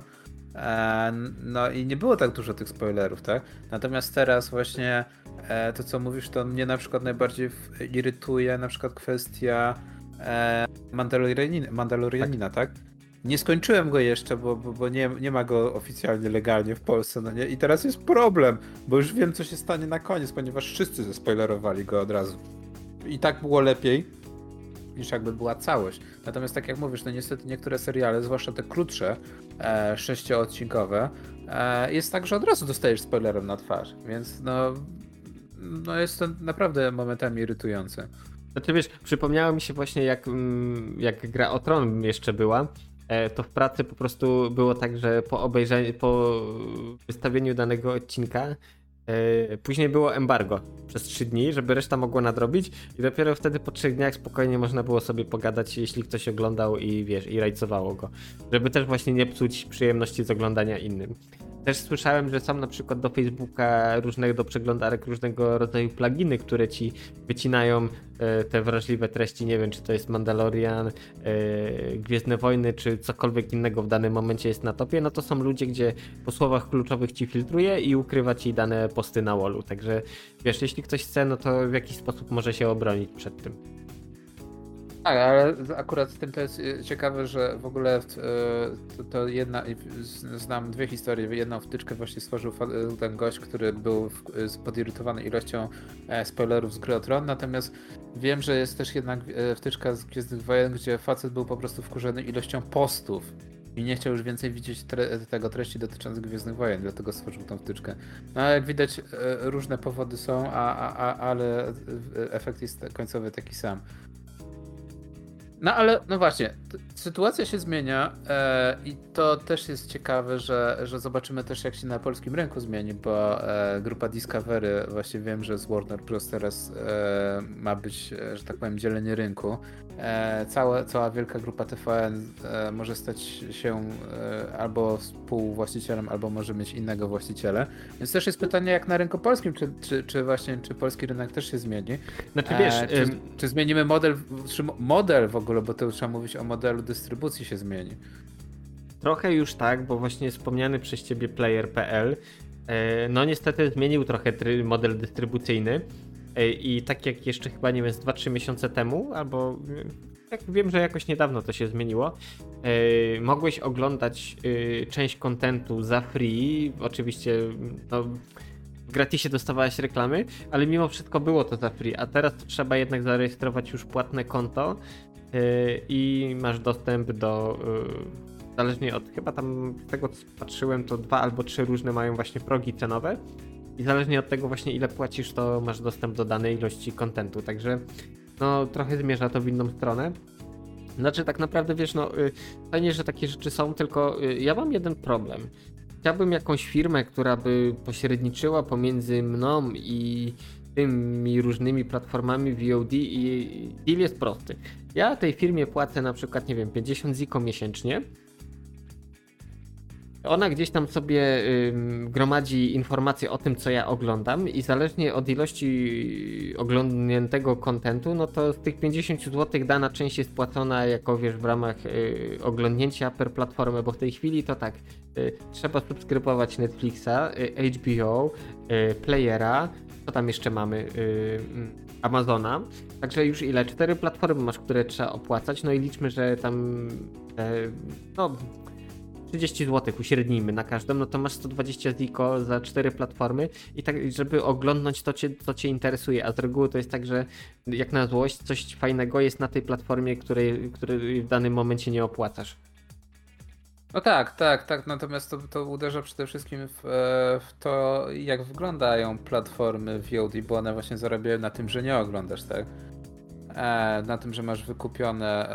No i nie było tak dużo tych spoilerów, tak? Natomiast teraz właśnie to co mówisz, to mnie na przykład najbardziej irytuje na przykład kwestia Mandalorianina, tak? Nie skończyłem go jeszcze, bo nie ma go oficjalnie, legalnie w Polsce, no nie? I teraz jest problem, bo już wiem, co się stanie na koniec, ponieważ wszyscy zespoilerowali go od razu. I tak było lepiej, niż jakby była całość. Natomiast tak jak mówisz, no niestety niektóre seriale, zwłaszcza te krótsze, 6-odcinkowe, jest tak, że od razu dostajesz spoilerem na twarz, więc no jest to naprawdę momentami irytujące. Znaczy wiesz, przypomniało mi się właśnie jak Gra o Tron jeszcze była, to w pracy po prostu było tak, że po wystawieniu danego odcinka później było embargo przez 3 dni, żeby reszta mogła nadrobić i dopiero wtedy po 3 dniach spokojnie można było sobie pogadać, jeśli ktoś oglądał i wiesz, i rajcowało go. Żeby też właśnie nie psuć przyjemności z oglądania innym. Też słyszałem, że są na przykład do Facebooka do przeglądarek różnego rodzaju pluginy, które ci wycinają te wrażliwe treści. Nie wiem, czy to jest Mandalorian, Gwiezdne Wojny, czy cokolwiek innego w danym momencie jest na topie. No to są ludzie, gdzie po słowach kluczowych ci filtruje i ukrywa ci dane posty na wallu. Także wiesz, jeśli ktoś chce, no to w jakiś sposób może się obronić przed tym. Tak, ale akurat z tym to jest ciekawe, że w ogóle to jedna, znam 2 historie. Jedną wtyczkę właśnie stworzył ten gość, który był podirytowany ilością spoilerów z Gry o Tron, natomiast wiem, że jest też jednak wtyczka z Gwiezdnych Wojen, gdzie facet był po prostu wkurzony ilością postów i nie chciał już więcej widzieć tego treści dotyczących Gwiezdnych Wojen, dlatego stworzył tą wtyczkę. No ale jak widać różne powody są, ale efekt jest końcowy taki sam. No ale, no właśnie, sytuacja się zmienia i to też jest ciekawe, że zobaczymy też jak się na polskim rynku zmieni, bo grupa Discovery, właśnie wiem, że z Warner Bros. Teraz ma być, że tak powiem, dzielenie rynku. Cała wielka grupa TVN może stać się albo współwłaścicielem, albo może mieć innego właściciela. Więc też jest pytanie jak na rynku polskim, czy polski rynek też się zmieni. Znaczy wiesz, czy zmienimy model w ogóle, bo to trzeba mówić o modelu dystrybucji się zmieni. Trochę już tak, bo właśnie wspomniany przez ciebie Player.pl no niestety zmienił trochę model dystrybucyjny i tak jak jeszcze chyba nie wiem z 2-3 miesiące temu, albo jak wiem, że jakoś niedawno to się zmieniło, mogłeś oglądać część kontentu za free, oczywiście no, w gratisie dostawałeś reklamy, ale mimo wszystko było to za free, a teraz to trzeba jednak zarejestrować już płatne konto i masz dostęp do zależnie od, chyba tam z tego co patrzyłem, to 2 albo 3 różne mają właśnie progi cenowe i zależnie od tego właśnie ile płacisz, to masz dostęp do danej ilości kontentu, także no trochę zmierza to w inną stronę. Znaczy tak naprawdę wiesz, no fajnie, że takie rzeczy są, tylko ja mam jeden problem. Chciałbym jakąś firmę, która by pośredniczyła pomiędzy mną i tymi różnymi platformami VOD i deal jest prosty. Ja tej firmie płacę na przykład, nie wiem, 50 ziko miesięcznie ona gdzieś tam sobie gromadzi informacje o tym, co ja oglądam i zależnie od ilości oglądniętego kontentu, no to z tych 50 zł dana część jest płacona jako, wiesz, w ramach oglądnięcia per platformę, bo w tej chwili to tak, trzeba subskrybować Netflixa, HBO, Playera, co tam jeszcze mamy, Amazona, także już ile? 4 platformy masz, które trzeba opłacać, no i liczmy, że tam no 30 zł uśrednijmy na każdą, no to masz 120 ziko za 4 platformy i tak, żeby oglądnąć to, co cię interesuje, a z reguły to jest tak, że jak na złość coś fajnego jest na tej platformie, której w danym momencie nie opłacasz. No tak, natomiast to uderza przede wszystkim w to, jak wyglądają platformy VOD, bo one właśnie zarabiają na tym, że nie oglądasz, tak? Na tym, że masz wykupione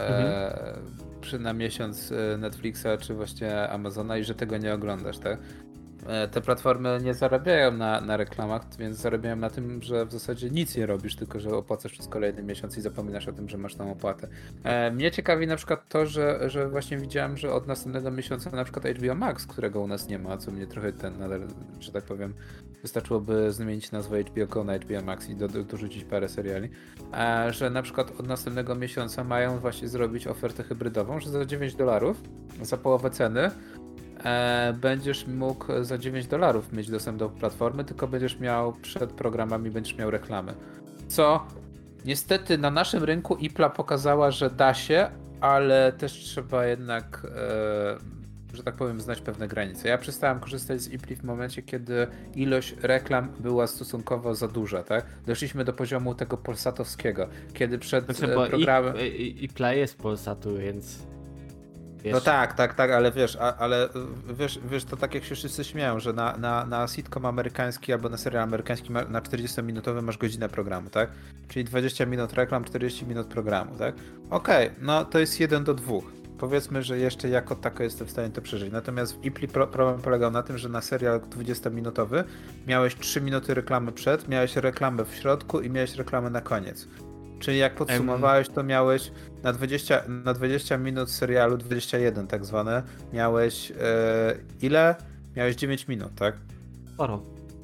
na miesiąc Netflixa czy właśnie Amazona i że tego nie oglądasz, tak? Te platformy nie zarabiają na reklamach, więc zarabiają na tym, że w zasadzie nic nie robisz, tylko że opłacasz przez kolejny miesiąc i zapominasz o tym, że masz tą opłatę. Mnie ciekawi na przykład to, że właśnie widziałem, że od następnego miesiąca na przykład HBO Max, którego u nas nie ma, co mnie trochę że tak powiem, wystarczyłoby zmienić nazwę HBO Go na HBO Max i dorzucić parę seriali, że na przykład od następnego miesiąca mają właśnie zrobić ofertę hybrydową, że za $9 za połowę ceny będziesz mógł za $9 mieć dostęp do platformy, tylko będziesz miał przed programami będziesz miał reklamy. Co niestety na naszym rynku Ipla pokazała, że da się, ale też trzeba jednak, że tak powiem, znać pewne granice. Ja przestałem korzystać z Ipli w momencie, kiedy ilość reklam była stosunkowo za duża, tak? Doszliśmy do poziomu tego polsatowskiego, kiedy przed programem... Ipla jest Polsatu, więc... Wiesz. No tak, ale wiesz, to tak jak się wszyscy śmieją, że na sitcom amerykański albo na serial amerykański na 40-minutowy masz godzinę programu, tak? Czyli 20 minut reklam, 40 minut programu, tak? Okej, no to jest 1:2. Powiedzmy, że jeszcze jako tako jestem w stanie to przeżyć. Natomiast w Ipli problem polegał na tym, że na serial 20-minutowy miałeś 3 minuty reklamy przed, miałeś reklamę w środku i miałeś reklamę na koniec. Czyli jak podsumowałeś, to miałeś na 20 minut serialu, 21 tak zwane, miałeś ile? Miałeś 9 minut, tak? Sporo.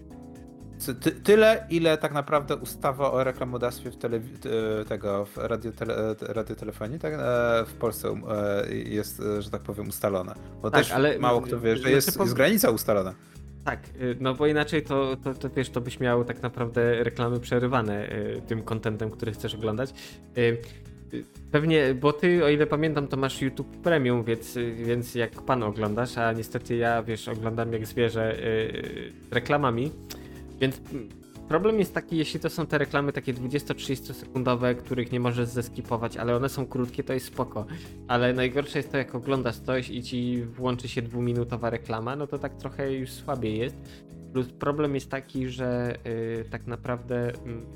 Tyle, ile tak naprawdę ustawa o reklamodawstwie w radiotelefonii tak, w Polsce jest, że tak powiem, ustalona. Bo tak, też ale mało kto wie, że jest granica ustalona. Tak, no bo inaczej to wiesz, to byś miał tak naprawdę reklamy przerywane tym contentem, który chcesz oglądać. Pewnie, bo ty, o ile pamiętam, to masz YouTube Premium, więc jak pan oglądasz, a niestety ja, wiesz, oglądam jak zwierzę z reklamami, więc problem jest taki, jeśli to są te reklamy takie 20-30 sekundowe, których nie możesz zeskipować, ale one są krótkie, to jest spoko. Ale najgorsze jest to, jak oglądasz coś i ci włączy się 2-minutowa reklama, no to tak trochę już słabiej jest. Plus problem jest taki, że tak naprawdę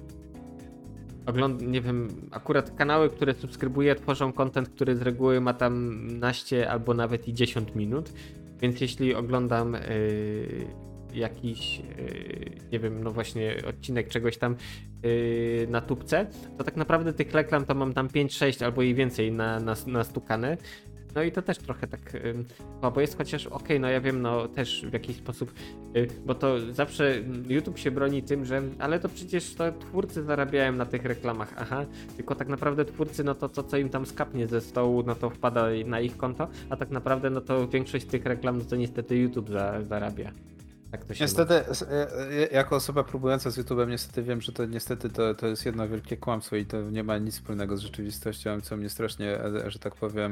nie wiem, akurat kanały, które subskrybuję, tworzą content, który z reguły ma tam naście albo nawet i 10 minut, więc jeśli oglądam jakiś, nie wiem, no właśnie odcinek czegoś tam na tubce, to tak naprawdę tych reklam to mam tam 5-6 albo i więcej nastukane. No i to też trochę tak bo jest, chociaż okej, no ja wiem, no też w jakiś sposób, bo to zawsze YouTube się broni tym, że ale to przecież to twórcy zarabiają na tych reklamach, aha, tylko tak naprawdę twórcy, no to co im tam skapnie ze stołu, no to wpada na ich konto, a tak naprawdę no to większość z tych reklam, no to niestety YouTube zarabia. Tak to się niestety, jako osoba próbująca z YouTube'em, niestety wiem, że to jest jedno wielkie kłamstwo i to nie ma nic wspólnego z rzeczywistością, co mnie strasznie, że tak powiem,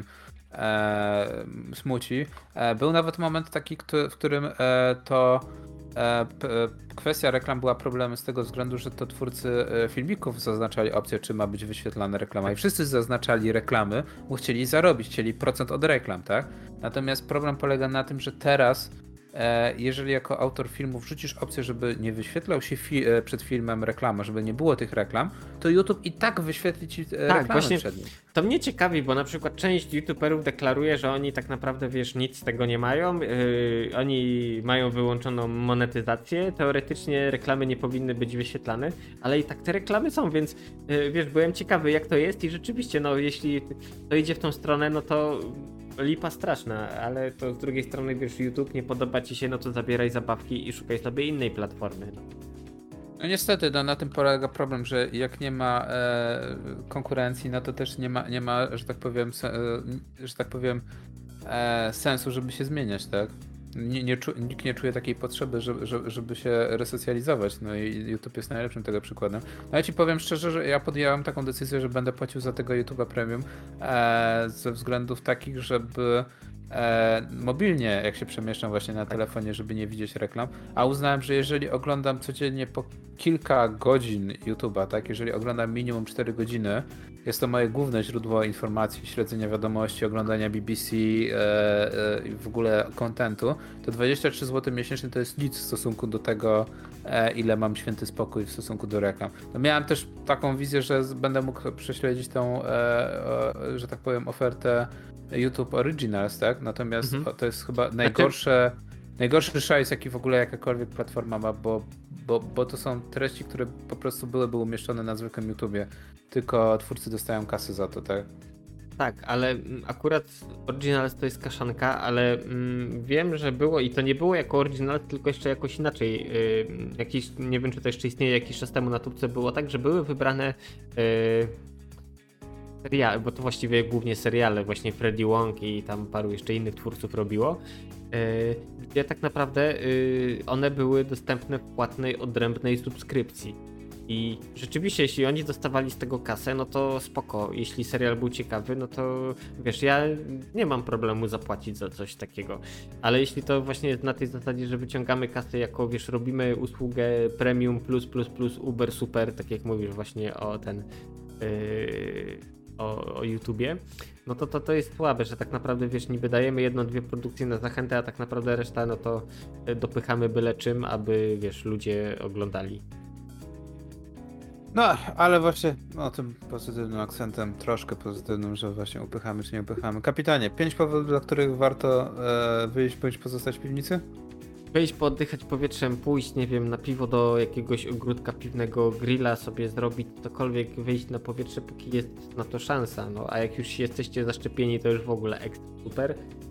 smuci. Był nawet moment taki, w którym kwestia reklam była problemem z tego względu, że to twórcy filmików zaznaczali opcję, czy ma być wyświetlana reklama i wszyscy zaznaczali reklamy, bo chcieli zarobić, chcieli procent od reklam, tak? Natomiast problem polega na tym, że teraz jeżeli jako autor filmu wrzucisz opcję, żeby nie wyświetlał się przed filmem reklama, żeby nie było tych reklam, to YouTube i tak wyświetli ci reklamy właśnie przed nim. To mnie ciekawi, bo na przykład część youtuberów deklaruje, że oni tak naprawdę, wiesz, nic z tego nie mają, oni mają wyłączoną monetyzację, teoretycznie reklamy nie powinny być wyświetlane, ale i tak te reklamy są, więc wiesz, byłem ciekawy jak to jest i rzeczywiście, no jeśli to idzie w tą stronę, no to lipa straszna, ale to z drugiej strony, wiesz, YouTube nie podoba ci się, no to zabieraj zabawki i szukaj sobie innej platformy. No niestety, no, na tym polega problem, że jak nie ma konkurencji, no to też nie ma, że tak powiem, sensu, żeby się zmieniać, tak? Nikt nie czuje takiej potrzeby, żeby się resocjalizować, no i YouTube jest najlepszym tego przykładem. No ja ci powiem szczerze, że ja podjęłam taką decyzję, że będę płacił za tego YouTube'a Premium ze względów takich, żeby mobilnie, jak się przemieszczam właśnie na telefonie, żeby nie widzieć reklam, a uznałem, że jeżeli oglądam codziennie po kilka godzin YouTube'a, tak, jeżeli oglądam minimum 4 godziny, jest to moje główne źródło informacji, śledzenia wiadomości, oglądania BBC i w ogóle kontentu, to 23 zł miesięcznie to jest nic w stosunku do tego, ile mam święty spokój w stosunku do reklam. No miałem też taką wizję, że będę mógł prześledzić tą, że tak powiem, ofertę YouTube Originals, tak? Natomiast to jest chyba najgorszy szajs, jaki w ogóle jakakolwiek platforma ma, bo to są treści, które po prostu byłyby umieszczone na zwykłym YouTubie, tylko twórcy dostają kasy za to, tak? Tak, ale akurat Originals to jest kaszanka, ale wiem, że było i to nie było jako Originals, tylko jeszcze jakoś inaczej. Nie wiem, czy to jeszcze istnieje, jakiś czas temu na tubce było tak, że były wybrane seriale, bo to właściwie głównie seriale, właśnie Freddy Wong i tam paru jeszcze innych twórców robiło, gdzie tak naprawdę one były dostępne w płatnej, odrębnej subskrypcji. I rzeczywiście, jeśli oni dostawali z tego kasę, no to spoko. Jeśli serial był ciekawy, no to wiesz, ja nie mam problemu zapłacić za coś takiego. Ale jeśli to właśnie jest na tej zasadzie, że wyciągamy kasę jako, wiesz, robimy usługę premium plus Uber super, tak jak mówisz właśnie o ten o YouTubie, no to jest słabe, że tak naprawdę, wiesz, nie wydajemy jedną, dwie produkcje na zachętę, a tak naprawdę reszta, no to dopychamy byle czym, aby, wiesz, ludzie oglądali. No, ale właśnie tym pozytywnym akcentem, troszkę pozytywnym, że właśnie upychamy czy nie upychamy. Kapitanie, 5 powodów, dla których warto wyjść bądź pozostać w piwnicy? Wyjść, pooddychać powietrzem, pójść, nie wiem, na piwo do jakiegoś ogródka piwnego, grilla sobie zrobić, cokolwiek, wyjść na powietrze, póki jest na to szansa, no a jak już jesteście zaszczepieni, to już w ogóle ekstra super.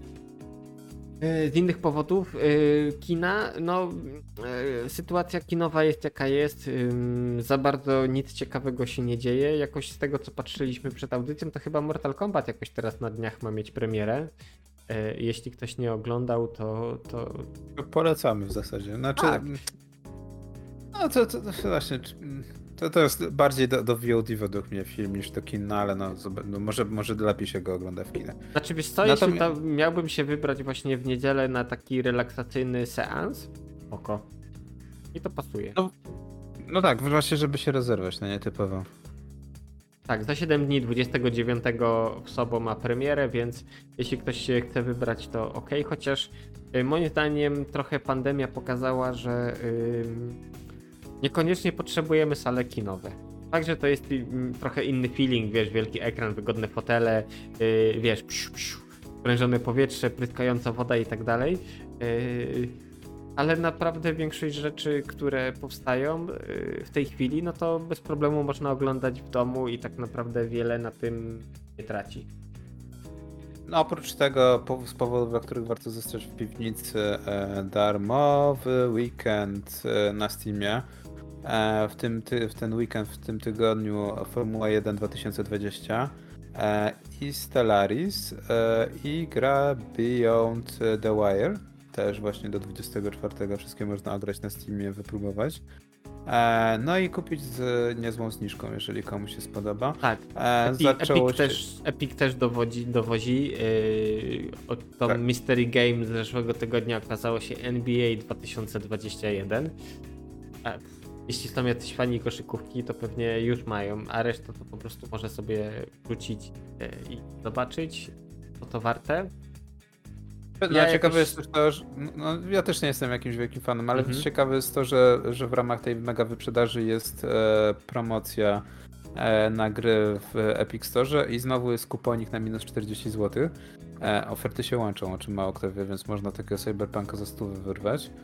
Z innych powodów kina, no sytuacja kinowa jest jaka jest, za bardzo nic ciekawego się nie dzieje, jakoś z tego co patrzyliśmy przed audycją, to chyba Mortal Kombat jakoś teraz na dniach ma mieć premierę. Jeśli ktoś nie oglądał, to... Polecamy w zasadzie. Znaczy, tak. No to właśnie, to jest bardziej do VOD według mnie film niż do kina, ale no może lepiej się go ogląda w kinie. Znaczy wiesz co, jeśli to miałbym się wybrać właśnie w niedzielę na taki relaksacyjny seans, oko. I to pasuje. No tak, właśnie żeby się rozerwać, no nietypowo. Tak, za 7 dni, 29 w sobą ma premierę, więc jeśli ktoś się chce wybrać, to ok. Chociaż moim zdaniem trochę pandemia pokazała, że niekoniecznie potrzebujemy sale kinowe. Także to jest trochę inny feeling, wiesz, wielki ekran, wygodne fotele, wiesz, sprężone powietrze, pryskająca woda i tak dalej. Ale naprawdę większość rzeczy, które powstają w tej chwili, no to bez problemu można oglądać w domu i tak naprawdę wiele na tym nie traci. No oprócz tego, z powodów, dla których warto zostać w piwnicy, darmowy weekend na Steamie. W ten weekend, w tym tygodniu Formuła 1 2020 i Stellaris i gra Beyond the Wire. Też właśnie do 24 wszystkie można ograć na Steamie, wypróbować. No i kupić z niezłą zniżką, jeżeli komuś się spodoba. Tak, Epic też dowozi. To tak. Mystery Game z zeszłego tygodnia okazało się NBA 2021. Jeśli są jacyś fani koszykówki, to pewnie już mają, a resztę to po prostu może sobie wrócić i zobaczyć, co to warte. Ciekawe jest też to, że ja też nie jestem jakimś wielkim fanem, ale ciekawe jest to, że w ramach tej mega wyprzedaży jest promocja na gry w Epic Store i znowu jest kuponik na minus 40 zł. Oferty się łączą, o czym mało kto wie, więc można takiego Cyberpunka za 100 wyrwać.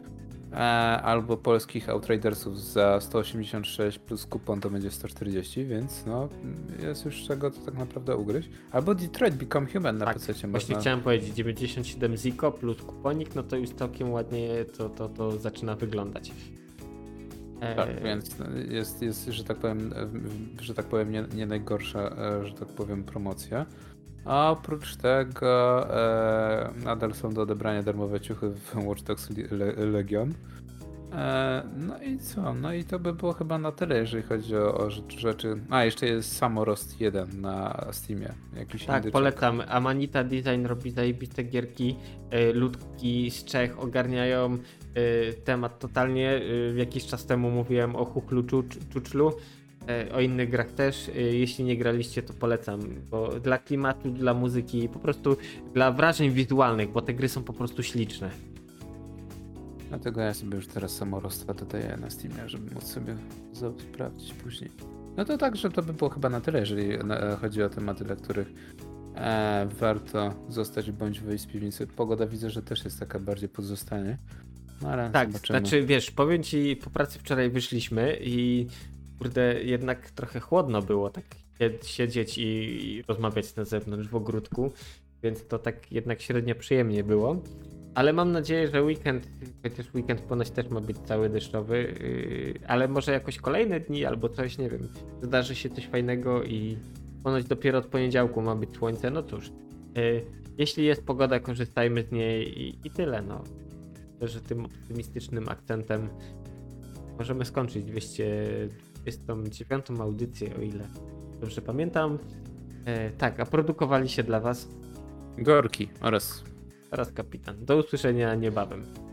albo polskich Outridersów za 186 plus kupon to będzie 140, więc no jest już czego to tak naprawdę ugryźć. Albo Detroit Become Human na Tak, PC właśnie chciałem powiedzieć, 97 Zico plus kuponik, no to już całkiem ładnie to zaczyna wyglądać. Tak, więc jest, że tak powiem nie najgorsza, że tak powiem, promocja. A oprócz tego nadal są do odebrania darmowe ciuchy w Watch Dogs Legion. No i co? No i to by było chyba na tyle, jeżeli chodzi o rzeczy. A, jeszcze jest Samorost 1 na Steamie. Jakiś Tak, indyczek. polecam. Amanita Design robi zajebiste gierki. Ludki z Czech ogarniają temat totalnie. Jakiś czas temu mówiłem o Chuchlu Czuczlu. O innych grach też. Jeśli nie graliście, to polecam. Bo dla klimatu, dla muzyki, po prostu dla wrażeń wizualnych, bo te gry są po prostu śliczne. Dlatego ja sobie już teraz Samorostwa dodaję na Steamie, żeby móc sobie sprawdzić później. No to tak, że to by było chyba na tyle, jeżeli chodzi o tematy, dla których warto zostać bądź wyjść z piwnicy. Pogoda widzę, że też jest taka bardziej pozostanie. No ale Tak, zobaczymy. znaczy wiesz, powiem ci, po pracy wczoraj wyszliśmy i kurde, jednak trochę chłodno było tak siedzieć i rozmawiać na zewnątrz w ogródku, więc to tak jednak średnio przyjemnie było. Ale mam nadzieję, że weekend, chociaż weekend ponoć też ma być cały deszczowy, ale może jakoś kolejne dni albo coś, nie wiem, zdarzy się coś fajnego i ponoć dopiero od poniedziałku ma być słońce, no cóż. Jeśli jest pogoda, korzystajmy z niej i tyle, no. Myślę, że tym optymistycznym akcentem możemy skończyć 229 audycję, o ile dobrze pamiętam. Tak, a produkowali się dla was Gorki oraz oraz kapitan. Do usłyszenia niebawem.